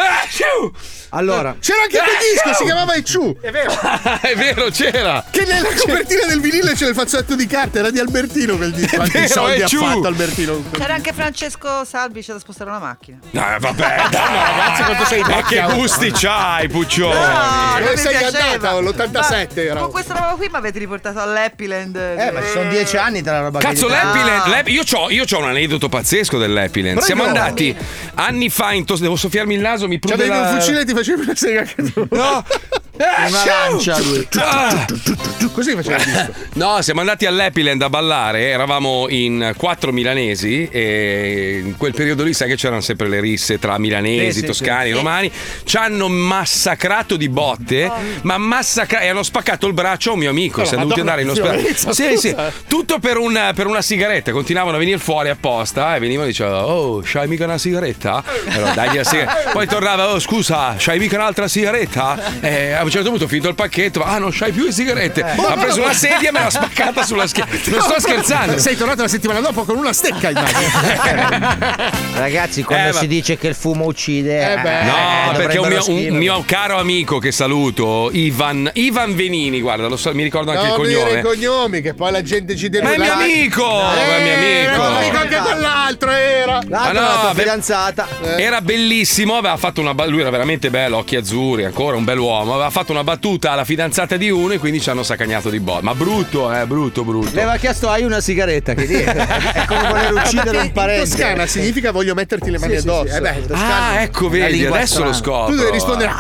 Allora, c'era anche quel disco, si chiamava Ecciu. È vero. È vero, c'era. Che nella copertina del vinile c'è il fazzoletto di carta, era di Albertino quel disco. Quanti soldi ha fatto Albertino? C'era anche Francesco Salvi, c'è da spostare una macchina. Vabbè, ragazzi, quanto sei ma vecchia. che gusti c'hai, Puccioni? Dove sei andata? L'87 era. Con questa roba qui mi avete riportato all'Happyland. ma ci sono 10 anni tra la roba. Cazzo, l'Happyland. Io c'ho un aneddoto pazzesco dell'Happyland. Siamo andati anni fa devo soffiarmi il naso, mi prude un fucile e ti facevi una sega che tu. No. Una lancia lui. Così faceva il disco. No, siamo andati all'Happyland a ballare, eravamo in 4 milanesi e in quel periodo lì sai che c'erano sempre le risse tra milanesi, toscani, romani. Ci hanno massacrato di botte, ma e hanno spaccato il braccio a un mio amico. Siamo dovuti andare in ospedale. Sì, tutto per una sigaretta. Continuavano a venire fuori apposta e venivano e dicevano: oh, c'hai mica una sigaretta? Allora dagli la sigaretta. Poi tornava: oh, scusa, c'hai mica un'altra sigaretta? A un certo punto finito il pacchetto, non c'hai più le sigarette. Ha preso una sedia e me l'ha spaccata sulla schiena. Non sto scherzando. Sei tornato la settimana dopo con una stecca in mano. Ragazzi, quando si dice che il fumo uccide, no, perché un mio caro amico che saluto, Ivan Venini, guarda, mi ricordo anche il cognome. I cognomi, che poi la gente ci deve. Ma è mio amico! È mio amico! Anche quell'altro era. La fidanzata. Era bellissimo, aveva fatto lui era veramente bello, occhi azzurri, ancora un bell'uomo. Aveva fatto una battuta alla fidanzata di uno e quindi ci hanno sacagnato di botte. Ma brutto, brutto. Le aveva chiesto: hai una sigaretta? Che dire? È come voler uccidere un parente. In Toscana significa voglio metterti le mani addosso. Ecco, vedi, adesso lo scopro. Tu devi rispondere.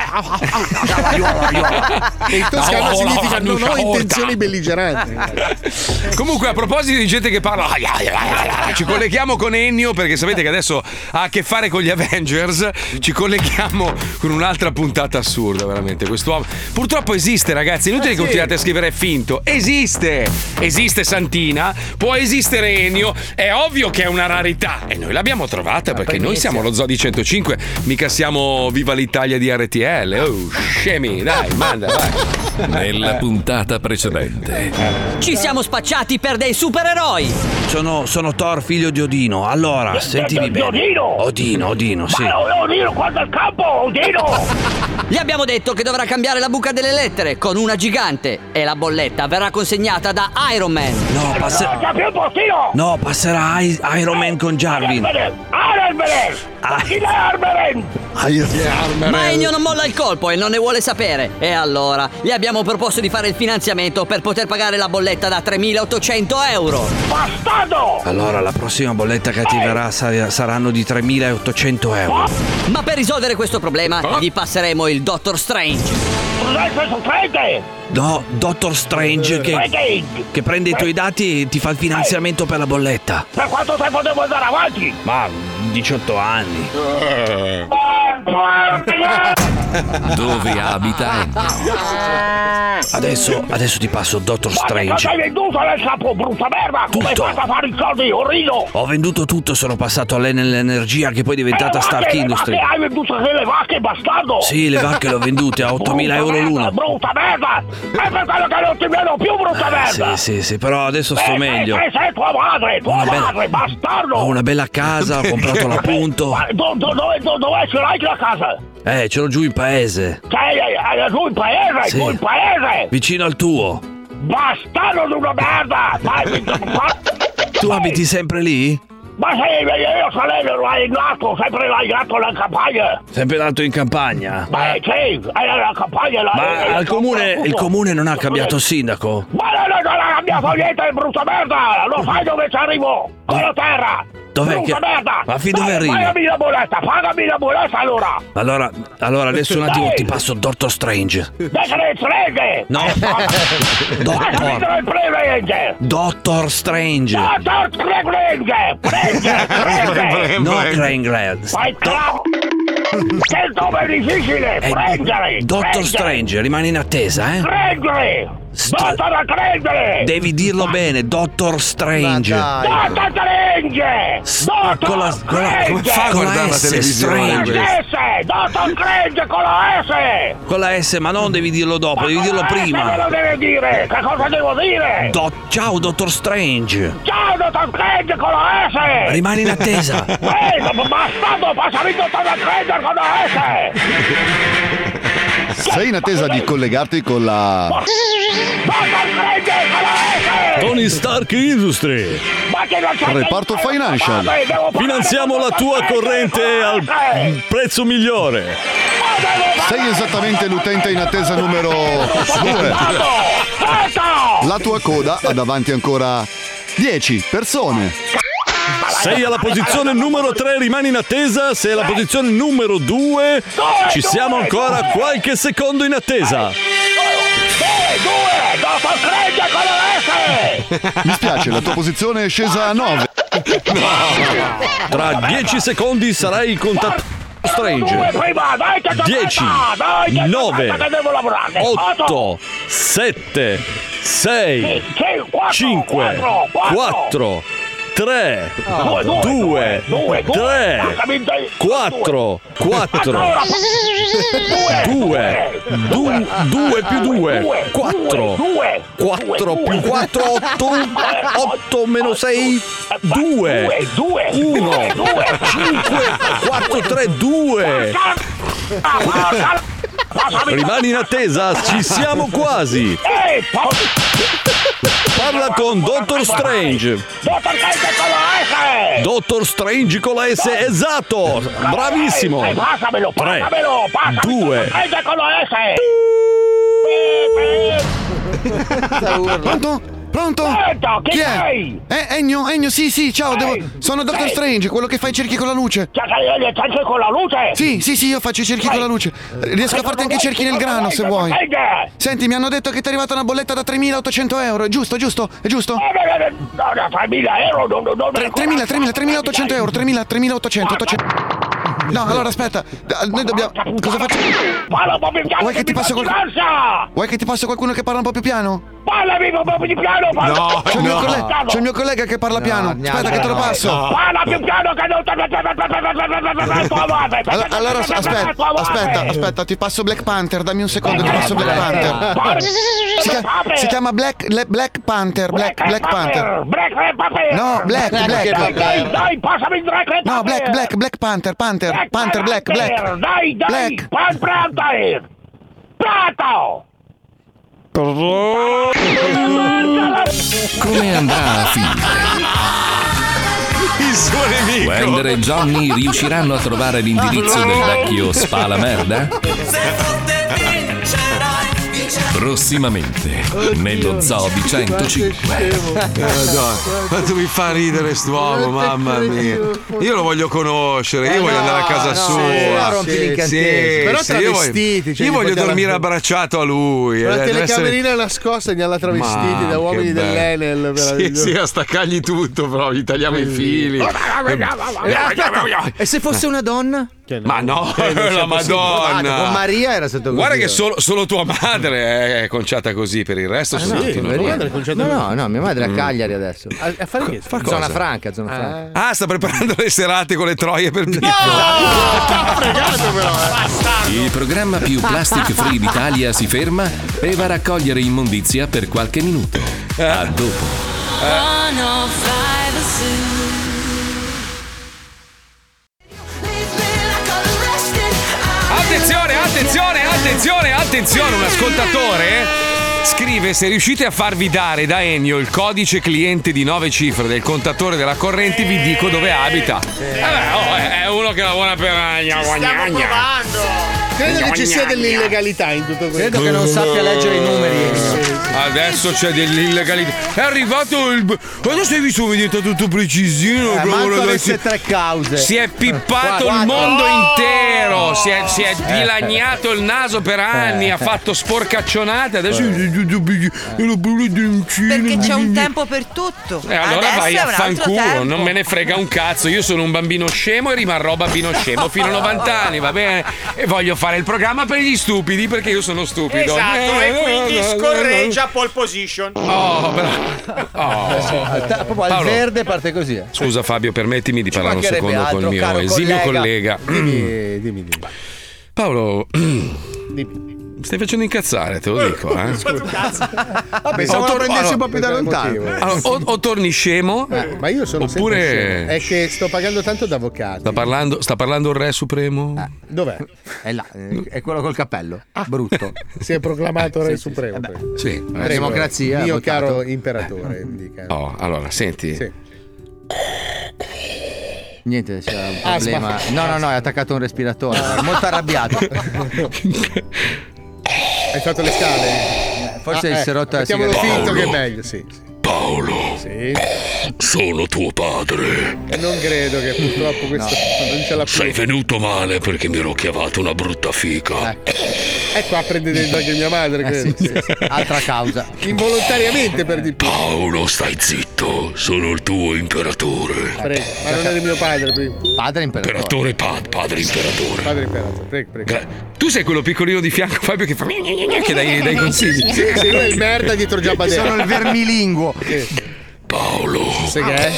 E in toscano significa non ho intenzioni belligeranti. Comunque, a proposito di gente che parla, ci colleghiamo con Ennio perché sapete che adesso ha a che fare con gli Avengers. Ci colleghiamo con un'altra puntata assurda, veramente. Quest'uomo purtroppo esiste, ragazzi. Inutile che continuate a scrivere è finto. Esiste Santina, può esistere Ennio. È ovvio che è una rarità e noi l'abbiamo trovata perché noi siamo lo Zoo di 105, mica siamo Viva l'Italia di RTL. Oh, scemi, dai, manda, vai. Nella puntata precedente ci siamo spacciati per dei supereroi. Sono Thor, figlio di Odino. Allora, sentimi bene. Odino, sì. Odino, guarda il campo, Odino! Gli abbiamo detto che dovrà cambiare la buca delle lettere con una gigante e la bolletta verrà consegnata da Iron Man. No, passerà Iron Man con Jarvin. Ma Ennio non molla il colpo e non ne vuole sapere. E allora gli abbiamo proposto di fare il finanziamento per poter pagare la bolletta da 3.800 euro. Bastardo! Allora la prossima bolletta che arriverà saranno di 3.800 euro. Ma per risolvere questo problema gli passeremo il Dottor Strange. No, Dottor Strange che prende i tuoi dati e ti fa il finanziamento per la bolletta. Per quanto tempo devo andare avanti? Ma 18 anni. Dove abita Ennio? Adesso ti passo Dottor Strange. Cosa hai venduto nel capo, brutta merda? Come hai fatto a fare i soldi, orrido? Ho venduto tutto, sono passato all'energia che poi è diventata Stark Industry. Hai venduto anche le vacche, bastardo? Sì, le vacche le ho vendute a 8.000 euro l'una. Brutta merda! È per quello che non ti vedo più, brutta merda! Sì, però adesso sto meglio. Sei tua madre, bastardo! Ho una bella casa, ho comprato l'appunto. Dove ce l'hai la casa? Ce l'ho giù in paese. Giù in paese? Sì. Giù in paese? Vicino al tuo. Bastardo di una merda! Tu abiti sempre lì? Ma sì, io sono l'hai nato, sempre l'hai nato nella campagna. Sempre nato in campagna? Beh, sì, nella campagna. Ma il comune non ha cambiato il sindaco? Ma non ha cambiato niente, brutta merda! Lo sai dove ci arrivo? Con la terra! Dov'è brutta merda! Ma fin dove arrivi? Pagami la bolletta allora! Allora adesso un attimo ti passo Dottor Strange. Strange! No! Dottor Strange! Dottor Strange! No, Krangler! Che nome difficile! Prendere! Dottor Strange, rimani in attesa, Prendere! Dottor Strange! Devi dirlo bene, Dottor Strange! Dottor Strange! Dottor Strange! Come fa a guardare la televisione? Dottor Strange con la S! Con la S, ma non devi dirlo dopo, devi dirlo prima! Ma lo deve dire! Che cosa devo dire? Ciao, Dottor Strange! Ciao, Dottor Strange con la S! Rimani in attesa! Bastardo, passami Dottor Strange con la S! Sei in attesa di collegarti con la... Tony Stark Industry. Reparto Financial. Finanziamo la tua corrente al prezzo migliore. Sei esattamente l'utente in attesa numero 2. La tua coda ha davanti ancora 10 persone. Sei alla posizione numero 3, rimani in attesa. Sei alla posizione numero 2. Ci siamo ancora qualche secondo in attesa. Mi spiace, la tua posizione è scesa a 9. Tra 10 secondi sarai contattato Strange. 10, 9, 8, 7, 6, 5, 4, 3, 2, 3, 4, 2 più 2, 4, 4 più 4, 8 meno 6, 2, 1, 5, 4, 3, 2. Rimani in attesa, ci siamo quasi. Parla con Dottor Strange. Dottor Strange con la S, esatto. Bravissimo. 3, 2. Pronto? Pronto? Chi sei? Ennio, sì, ciao, sono Dottor Strange, quello che fa i cerchi con la luce. Cerchi con la luce? Sì, io faccio i cerchi con la luce. Riesco a farti anche i cerchi nel grano, se vuoi. Senti, mi hanno detto che ti è arrivata una bolletta da 3.800 euro, è giusto? È giusto? No, 3.000 euro, non 3.800 euro, 3.800. No, allora aspetta, noi dobbiamo... Cosa facciamo? Parla un po' più piano. Vuoi che ti passo qualcuno che parla un po' più piano? Parlami un po' più piano. No, c'è il mio collega che parla piano. Aspetta che te lo passo. Parla più piano che non... Allora aspetta, ti passo Black Panther, dammi un secondo, ti passo Black Panther. Si chiama Black Panther, Black Panther. No, Black. Dai, passami il Black. No, Black Panther, Black. Dai, Panther. Prato! Come andrà a finire? il suo nemico. Wender e Johnny riusciranno a trovare l'indirizzo del vecchio Spala Merda? Prossimamente nello Zoo di 105. Madonna, quanto mi fa ridere st'uomo, mamma mia. Io lo voglio conoscere, io voglio andare a casa sua. Però travestiti. Io voglio dormire abbracciato a lui. La telecamerina nascosta gli alla travestiti da uomini dell'Enel. Sì, a staccargli tutto, però gli tagliamo i fili. E se fosse una donna? Ma no, la Madonna. Con Maria era stato così. Guarda che solo tua madre è conciata così, per il resto sono tutti normali. No, mia madre è a Cagliari adesso. A fare che? Zona franca. Ah, sta preparando le serate con le troie per Pippo. Il programma più plastic free d'Italia si ferma e va a raccogliere immondizia per qualche minuto. A dopo. Attenzione, un ascoltatore scrive: se riuscite a farvi dare da Ennio il codice cliente di 9 cifre del contatore della corrente, vi dico dove abita. È uno che lavora per guagna. Credo che ci sia dell'illegalità in tutto questo. Credo che non sappia leggere i numeri. Adesso c'è dell'illegalità. È arrivato il. Adesso hai visto come è diventato tutto precisino. Manco avesse 3 cause. Si è pippato il mondo intero. Si è dilaniato il naso per anni. Ha fatto sporcaccionate. Adesso. Perché c'è un tempo per tutto. Allora adesso vai a fanculo. tempo. Non me ne frega un cazzo. Io sono un bambino scemo e rimarrò bambino scemo fino a 90 anni, va bene? E voglio fare il programma per gli stupidi perché io sono stupido. Esatto, e quindi scorreggia pole position. Oh, bravo. Proprio al verde parte così. Scusa Fabio, permettimi di parlare un secondo col mio esimio collega. Dimmi. Paolo, Dimmi. stai facendo incazzare, te lo dico, eh? Vabbè, se lo prendessi un po' più da lontano. Allora, o torni scemo, ma io sono oppure sempre scemo. È che sto pagando tanto d'avvocato. Sta parlando il re supremo? Dov'è? È là, è quello col cappello. Brutto. Si è proclamato re supremo. Sì, democrazia. Mio caro imperatore. Dica. Allora, senti. Sì. Niente, c'è un problema. No, è attaccato un respiratore. È molto arrabbiato. Hai fatto le scale? Forse si è rotta la sigaretta. Mettiamolo finto che è meglio, sì. Paolo, sono tuo padre. E non credo che purtroppo questo non ce l'ha più. Sei venuto male perché mi ero chiavato una brutta fica. Ecco, a prendere dentro anche mia madre, credo. Sì. Altra causa. Involontariamente per di più. Paolo, stai zitto, sono il tuo imperatore. Prego, ma non eri mio padre prima. Padre imperatore. Padre imperatore. Padre imperatore, prego. Tu sei quello piccolino di fianco, Fabio, che fa che dai consigli. Sì, lui è il merda dietro Giabba Dea. Sono il vermilinguo. Paolo. Sai che è?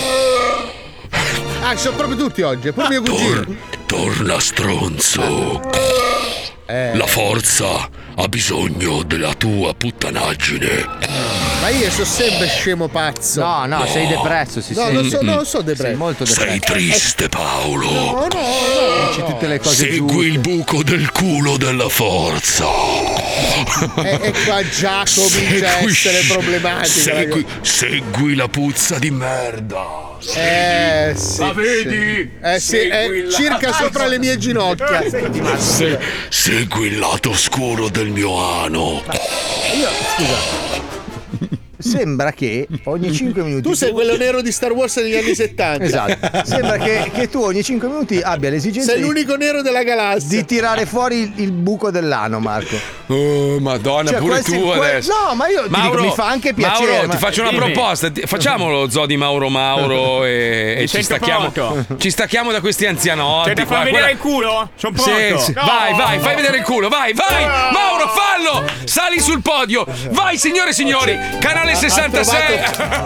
Sono proprio tutti oggi, è pure mio cugino. Torna stronzo. La forza ha bisogno della tua puttanaggine. Ma io sono sempre scemo pazzo. No, sei depresso. Non so depresso. Sei molto depresso. Sei triste, Paolo. No. Dici tutte le cose Segui giuste. il buco del culo della forza. E qua già comincia a essere problematico. Segui la puzza di merda. Sì. La vedi? Sì, è circa sopra le mie ginocchia. Segui il lato oscuro del mio ano. Scusa. Sembra che ogni 5 minuti tu sei quello nero di Star Wars negli anni 70. Esatto. Sembra che tu ogni 5 minuti abbia l'esigenza sei l'unico nero della galassia di tirare fuori il buco dell'ano, Marco. Oh, Madonna, pure tu adesso. No, ma io ti dico, mi fa anche piacere. Mauro, ti faccio una proposta. Facciamo lo zoo di Mauro e ci stacchiamo da questi anzianotti. C'è da far vedere il culo? Sono pronto. Sì. Vai, fai vedere il culo, vai. Mauro, fallo! Sali sul podio. Vai, signore e signori. Canale 66.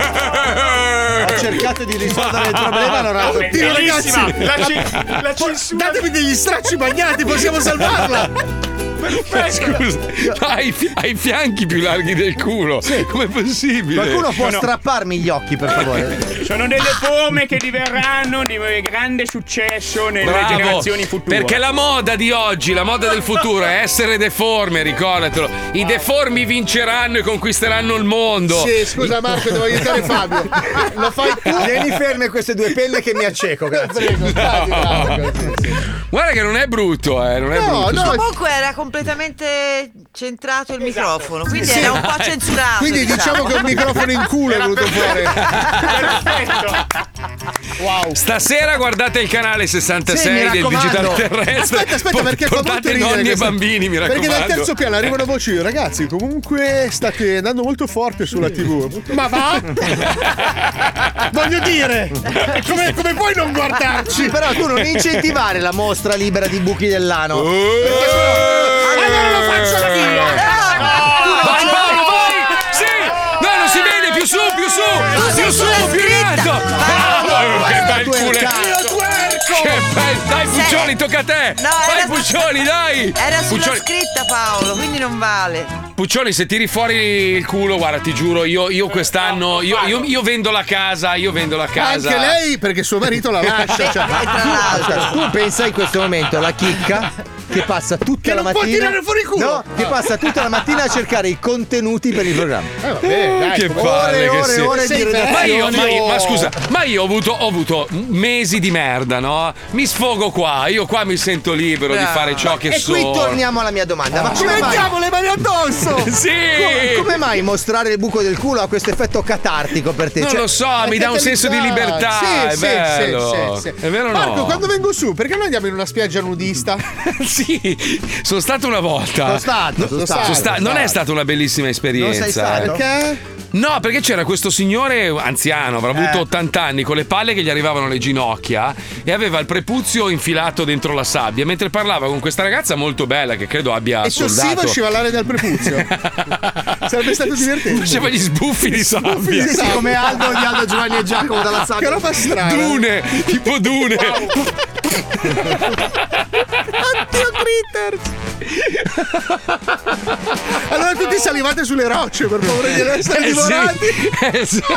Ho cercato di risolvere il problema, non ho Oddio, ragazzi, la censura. Datemi degli stracci bagnati, possiamo salvarla. Scusa, hai i fianchi più larghi del culo. Sì. Com'è possibile? Qualcuno può strapparmi gli occhi, per favore? Sono delle forme che diverranno di grande successo nelle generazioni future. Perché la moda di oggi, la moda del futuro è essere deforme, ricordatelo. I deformi vinceranno e conquisteranno il mondo. Sì, scusa Marco, devo aiutare Fabio. Lo fai tu? Tieni ferme queste due penne che mi acceco, grazie. Guarda che non è brutto, non è brutto. No, comunque era completamente centrato il microfono, quindi era un po' censurato. Quindi diciamo che un microfono in culo è venuto fuori. Perfetto. Wow. Stasera guardate il canale 66 del Digitale Terrestre. Aspetta, perché fa molto portate ridere nonni e questa- bambini, mi raccomando. Perché dal terzo piano arrivano voci, ragazzi, comunque state andando molto forte sulla TV. Ma va? Voglio dire, come puoi non guardarci? Però tu non incentivare la mostra libera di buchi dell'ano. Allora lo faccio anch'io. Vai! Sì! No, non si vede, più su, più in alto. Che bel culetto. Che bel, dai Puccioni, tocca a te. Vai Puccioni, dai. Era sulla scritta, Paolo, quindi non vale. Puccioni, se tiri fuori il culo, guarda, ti giuro, io quest'anno io vendo la casa, Anche lei perché suo marito la lascia. Tu pensa in questo momento la chicca che passa tutta la mattina. Può tirare fuori il culo. No, che passa tutta la mattina a cercare i contenuti per il programma. Che palle che sei. ore di redazione. Ma scusa, ma io ho avuto mesi di merda, no? Mi sfogo qua, io qua mi sento libero di fare ciò che sono. E qui torniamo alla mia domanda. Ma Ci mettiamo le mani addosso. Sì! Come mai mostrare il buco del culo ha questo effetto catartico per te? Non lo so, mi dà un senso di libertà. È bello. È vero o no? Marco, quando vengo su, perché non andiamo in una spiaggia nudista? Sì, sono stato una volta. Sono stato. Non è stata una bellissima esperienza. Non sei stato? Perché? No, perché c'era questo signore anziano, avrà avuto 80 anni, con le palle che gli arrivavano alle ginocchia e aveva il prepuzio infilato dentro la sabbia mentre parlava con questa ragazza molto bella che credo abbia soldato. È tossivo scivolare dal prepuzio. Sarebbe stato divertente. Faceva gli sbuffi di sabbia. Sì, come Aldo, di Aldo, Giovanni e Giacomo dalla sabbia. Che roba strana. Dune, tipo Dune. Oddio, critters. Allora tutti salivate sulle rocce per paura di essere divorati. Siete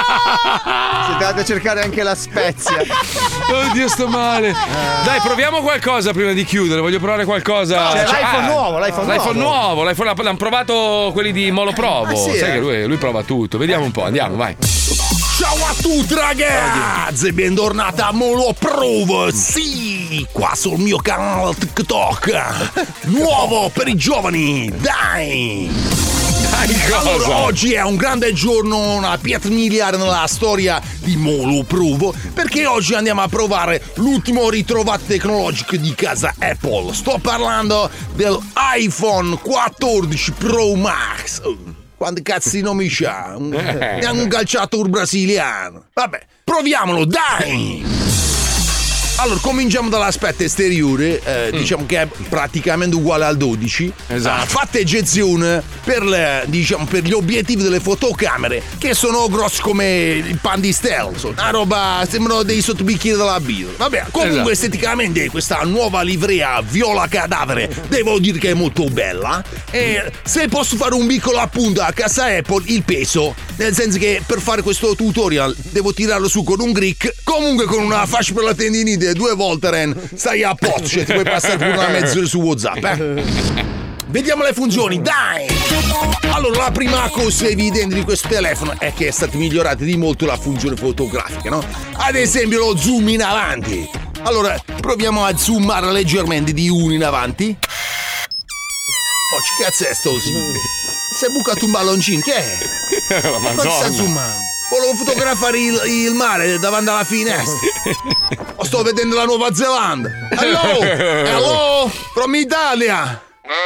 andati a cercare anche la spezia. Oddio, sto male. Dai, proviamo qualcosa prima di chiudere. Voglio provare qualcosa. L'iPhone nuovo, L'iPhone nuovo. L'hanno provato quelli di Molo Provo. Sì, sai che lui prova tutto. Vediamo un po', andiamo, vai. Ciao a tutti ragazzi, bentornati a Molo Provo, sì, qua sul mio canale TikTok, nuovo per i giovani, dai! Allora, oggi è un grande giorno, una pietra miliare nella storia di Molo Provo, perché oggi andiamo a provare l'ultimo ritrovato tecnologico di casa Apple. Sto parlando dell'iPhone 14 Pro Max. Quanti cazzo di nomi c'ha? È un calciatore brasiliano. Vabbè, proviamolo, dai! Allora, cominciamo dall'aspetto esteriore, diciamo che è praticamente uguale al 12. Esatto. Fatta eccezione per gli obiettivi delle fotocamere, che sono grossi come il pan di Stella. Una roba, sembrano dei sottobicchieri della birra. Vabbè, comunque esteticamente questa nuova livrea viola cadavere, devo dire che è molto bella. E se posso fare un piccolo appunto a casa Apple, il peso, nel senso che per fare questo tutorial devo tirarlo su con un crick, comunque con una fascia per la tendinite 2 volte, Ren, stai a posto, cioè ti puoi passare pure una mezz'ora su WhatsApp, Vediamo le funzioni, dai! Allora, la prima cosa evidente di questo telefono è che è stata migliorata di molto la funzione fotografica, no? Ad esempio lo zoom in avanti. Allora, proviamo a zoomare leggermente di uno in avanti. Oh, che cazzo è sto sì? Si è bucato un balloncino, che è? Cosa sta zoomando? Volevo fotografare il mare davanti alla finestra. Sto vedendo la Nuova Zelanda. Hello? From Italia.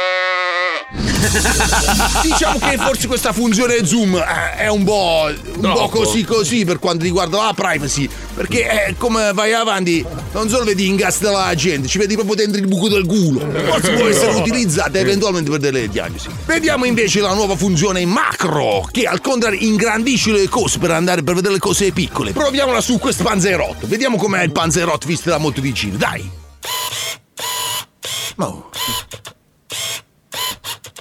Diciamo che forse questa funzione zoom è un po' così per quanto riguarda la privacy, perché come vai avanti non solo vedi i gas della gente, ci vedi proprio dentro il buco del culo. Forse può essere utilizzata eventualmente per delle diagnosi. Vediamo invece la nuova funzione macro, che al contrario ingrandisce le cose per vedere le cose piccole. Proviamola su questo panzerotto, vediamo com'è il panzerotto visto da molto vicino, dai.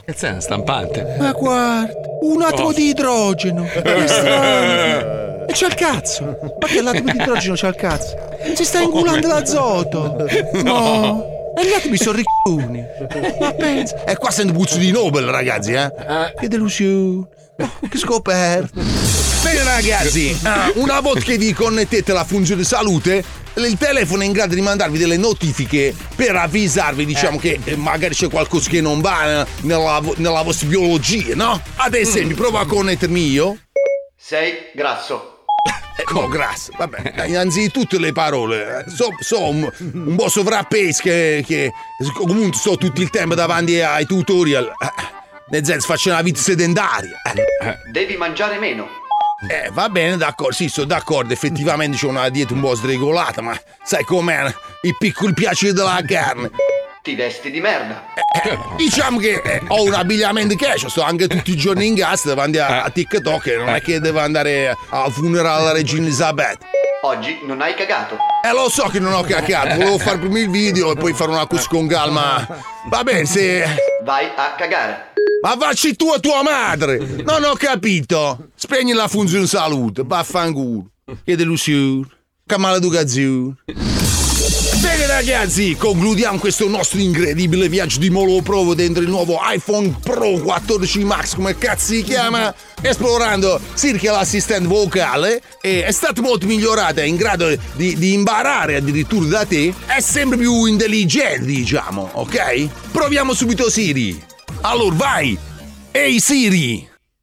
Cazzo è una stampante? Ma guarda, un atomo di idrogeno. Che strano. E c'ha il cazzo. Ma che l'atomo di idrogeno c'ha il cazzo? Si sta ingulando l'azoto. No. E gli atomi sono ricchioni. Ma pensa. E qua sento puzzo di Nobel, ragazzi, eh? Che delusione. Che scoperta. Bene ragazzi, una volta che vi connettete alla funzione salute, il telefono è in grado di mandarvi delle notifiche per avvisarvi, diciamo, che magari c'è qualcosa che non va nella vostra biologia, no? Ad esempio, provo a connettermi io. Sei grasso. No, grasso. Vabbè, innanzitutto le parole. So un po' sovrappeso che comunque sto tutto il tempo davanti ai tutorial. Nel senso, faccio una vita sedentaria. Devi mangiare meno. Va bene, d'accordo, sì, sono d'accordo, effettivamente c'ho una dieta un po' sregolata, ma sai com'è, il piccolo piacere della carne. Ti vesti di merda. Diciamo che ho un abbigliamento cash, sto anche tutti i giorni in gas davanti a TikTok, e non è che devo andare al funerale della regina Elisabetta. Oggi non hai cagato. Lo so che non ho cagato, volevo fare prima il video e poi fare una cosa con calma. Va bene, se... Vai a cagare. Ma vacci tu a tua madre! Non ho capito! Spegni la funzione salute, vaffanculo! Che delusione! Che maleducazione! Bene ragazzi, concludiamo questo nostro incredibile viaggio di moloprovo dentro il nuovo iPhone Pro 14 Max, come cazzo si chiama, esplorando Siri, che è l'assistente vocale, e è stata molto migliorata, è in grado di imparare addirittura da te, è sempre più intelligente, diciamo, ok? Proviamo subito Siri. Allora, vai! Ehi Siri!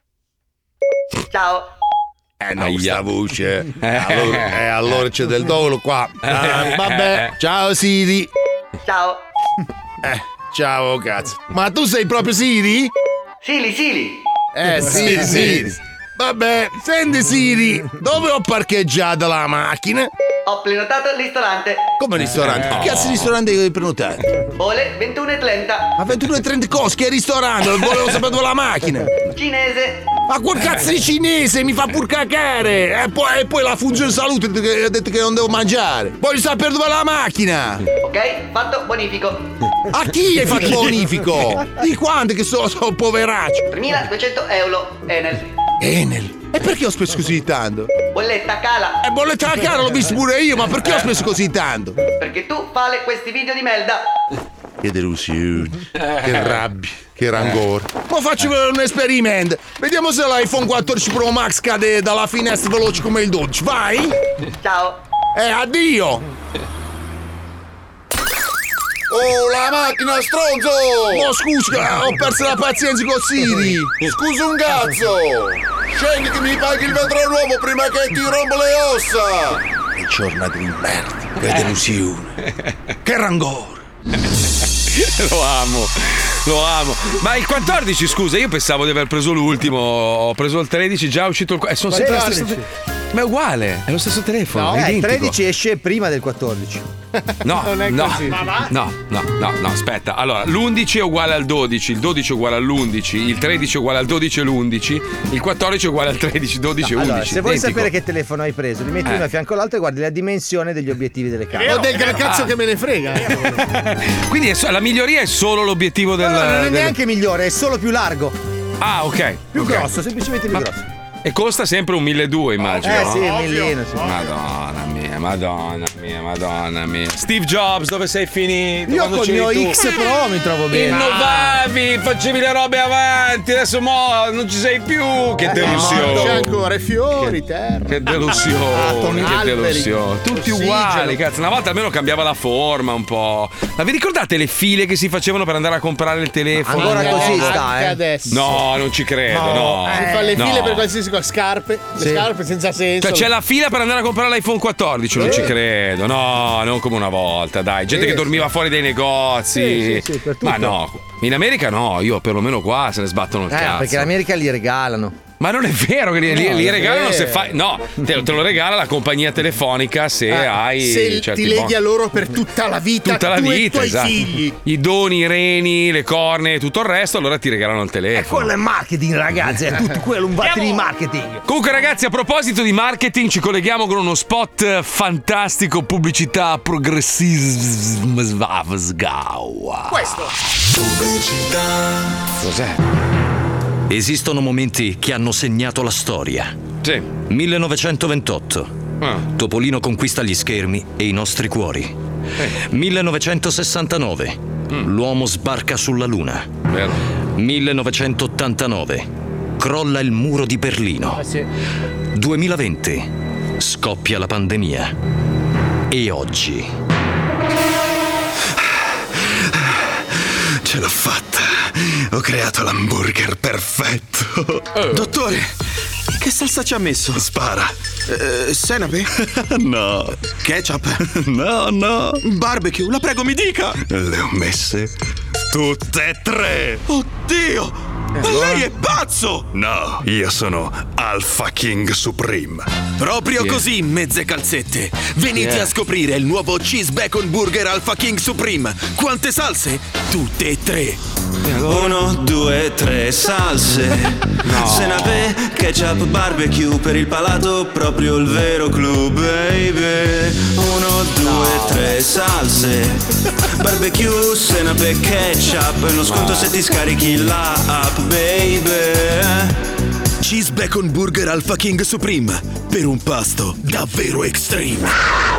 Ciao! No, questa voce. Allora c'è del dolo qua. Vabbè, ciao Siri! Ciao! Ciao, cazzo. Ma tu sei proprio Siri? Siri! Siri. Vabbè, senti Siri, dove ho parcheggiato la macchina? Ho prenotato il ristorante. Come ristorante? Che cazzo di ristorante hai prenotato? Ore 21:30. Ma 21:30 cosa? Che ristorante? Volevo sapere dove la macchina. Cinese. Ma quel cazzo di cinese mi fa pur cacare. E poi la funzione salute ha detto che non devo mangiare. Voglio sapere dove è la macchina. Ok, fatto bonifico. A chi hai fatto bonifico? Di quanto che sono poveraccio? 3.200 euro. Enel. E perché ho speso così tanto? Bolletta cala. Bolletta cara l'ho visto pure io, ma perché ho speso così tanto? Perché tu fai questi video di merda. Che delusione, che rabbia, che rancore. Ma faccio un esperimento. Vediamo se l'iPhone 14 Pro Max cade dalla finestra veloce come il 12. Vai. Ciao. Addio. Oh, la macchina, stronzo! Oh, scusa, ho perso la pazienza con Siri. Scusa un cazzo! Scendi che mi paghi il vetro nuovo prima che ti rompo le ossa! Che giornata di merda, che delusione, che rancore. Lo amo. Ma il 14, scusa, io pensavo di aver preso l'ultimo. Ho preso il 13, già è uscito il. Sono sempre la stessa. Ma è uguale, è lo stesso telefono. No, è il 13 esce prima del 14. No, non è no, così. no, aspetta. Allora, l'11 è uguale al 12, il 12 è uguale all'11, il 13 è uguale al 12 e l'11, il 14 è uguale al 13, 12 e 11. Allora, se vuoi identico. sapere che telefono hai preso, li metti uno a fianco all'altro e guardi la dimensione degli obiettivi delle camere. O del cazzo che me ne frega. Quindi la miglioria è solo l'obiettivo del. No, non è neanche migliore, è solo più largo. Ah, ok. Più ok. grosso, semplicemente più grosso. E costa sempre un 1.200, immagino. Sì, un millino. Sì. Madonna mia. Steve Jobs, dove sei finito? Io Quando col mio c'eri tu? X Pro mi trovo bene. Innovavi, facevi le robe avanti, adesso non ci sei più. Che delusione. C'è ancora i fiori, terra. Che delusione, che alberi. delusione. Tutti uguali, cazzo. Una volta almeno cambiava la forma un po'. Ma vi ricordate le file che si facevano per andare a comprare il telefono? Ancora così sta, Anche adesso. No, non ci credo, no. Si fa le No. file per qualsiasi cosa, scarpe, le scarpe senza senso. Cioè, c'è la fila per andare a comprare l'iPhone 14, non ci credo. No, non come una volta, dai. Gente che dormiva fuori dai negozi. per tutto. Ma no, in America no, io perlomeno qua se ne sbattono il cazzo. Perché l'America li regalano. Ma non è vero che li regalano se fai. No, te lo regala la compagnia telefonica se hai. Se certi ti leghi a loro per tutta la vita. Tutta la tu e i vita, tuoi esatto. figli. I doni, i reni, le corne e tutto il resto, allora ti regalano il telefono. Quello è marketing, ragazzi, è tutto quello, un batteri di marketing. Comunque, ragazzi, a proposito di marketing, ci colleghiamo con uno spot fantastico, pubblicità progressiva. Questo. Cos'è? Esistono momenti che hanno segnato la storia. Sì. 1928. Topolino conquista gli schermi e i nostri cuori. 1969. L'uomo sbarca sulla Luna. 1989. Crolla il muro di Berlino. 2020. Scoppia la pandemia. E oggi. Ce l'ho fatta. Ho creato l'hamburger perfetto. Dottore, che salsa ci ha messo? Spara. Senape? No. Ketchup? No. Barbecue, la prego mi dica. Le ho messe tutte e tre. Oddio! Ma lei è pazzo! No, io sono Alpha King Supreme. Proprio così, mezze calzette. Venite a scoprire il nuovo Cheese Bacon Burger Alpha King Supreme. Quante salse? Tutte e tre. 1, 2, 3 salse. Senape, ketchup, barbecue. Per il palato proprio il vero club, baby. 1, 2, 3 salse. Barbecue, senape, ketchup. Lo sconto se ti scarichi la app, baby. Cheese Bacon Burger Alpha King Supreme. Per un pasto davvero extreme.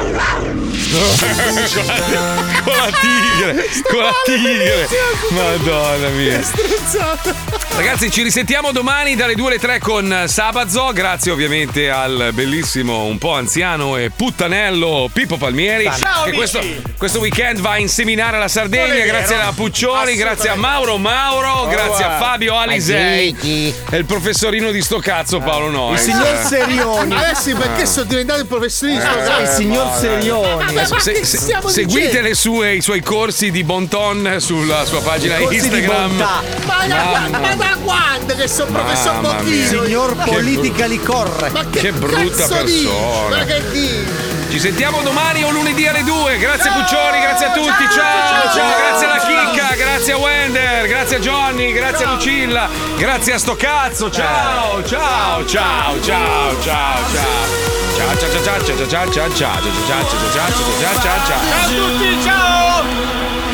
Con la tigre. Madonna mia. Ragazzi, ci risentiamo domani dalle 2 alle 3 con Sabazzo. Grazie ovviamente al bellissimo, un po' anziano e puttanello Pippo Palmieri. Ciao, che questo weekend va a inseminare la Sardegna. Grazie a Puccioni, grazie a Mauro, grazie a Fabio Alisei e il professorino di sto cazzo Paolo Noi. Il signor Serioni. Adesso perché sono diventato il professorista? Il signor Serioni. Seguite i suoi corsi di bon ton sulla sua pagina Instagram. Ma da quando che sono professor Bocchino? Signor Politically Correct. Ma che brutta persona. Ma che dici? Ci sentiamo domani o lunedì alle 2. Grazie Puccioni, grazie a tutti. Ciao. Grazie alla Chicca, grazie a Wender, grazie a Johnny, grazie a Lucilla, grazie a sto cazzo. Ciao. Ciao a tutti, ciao.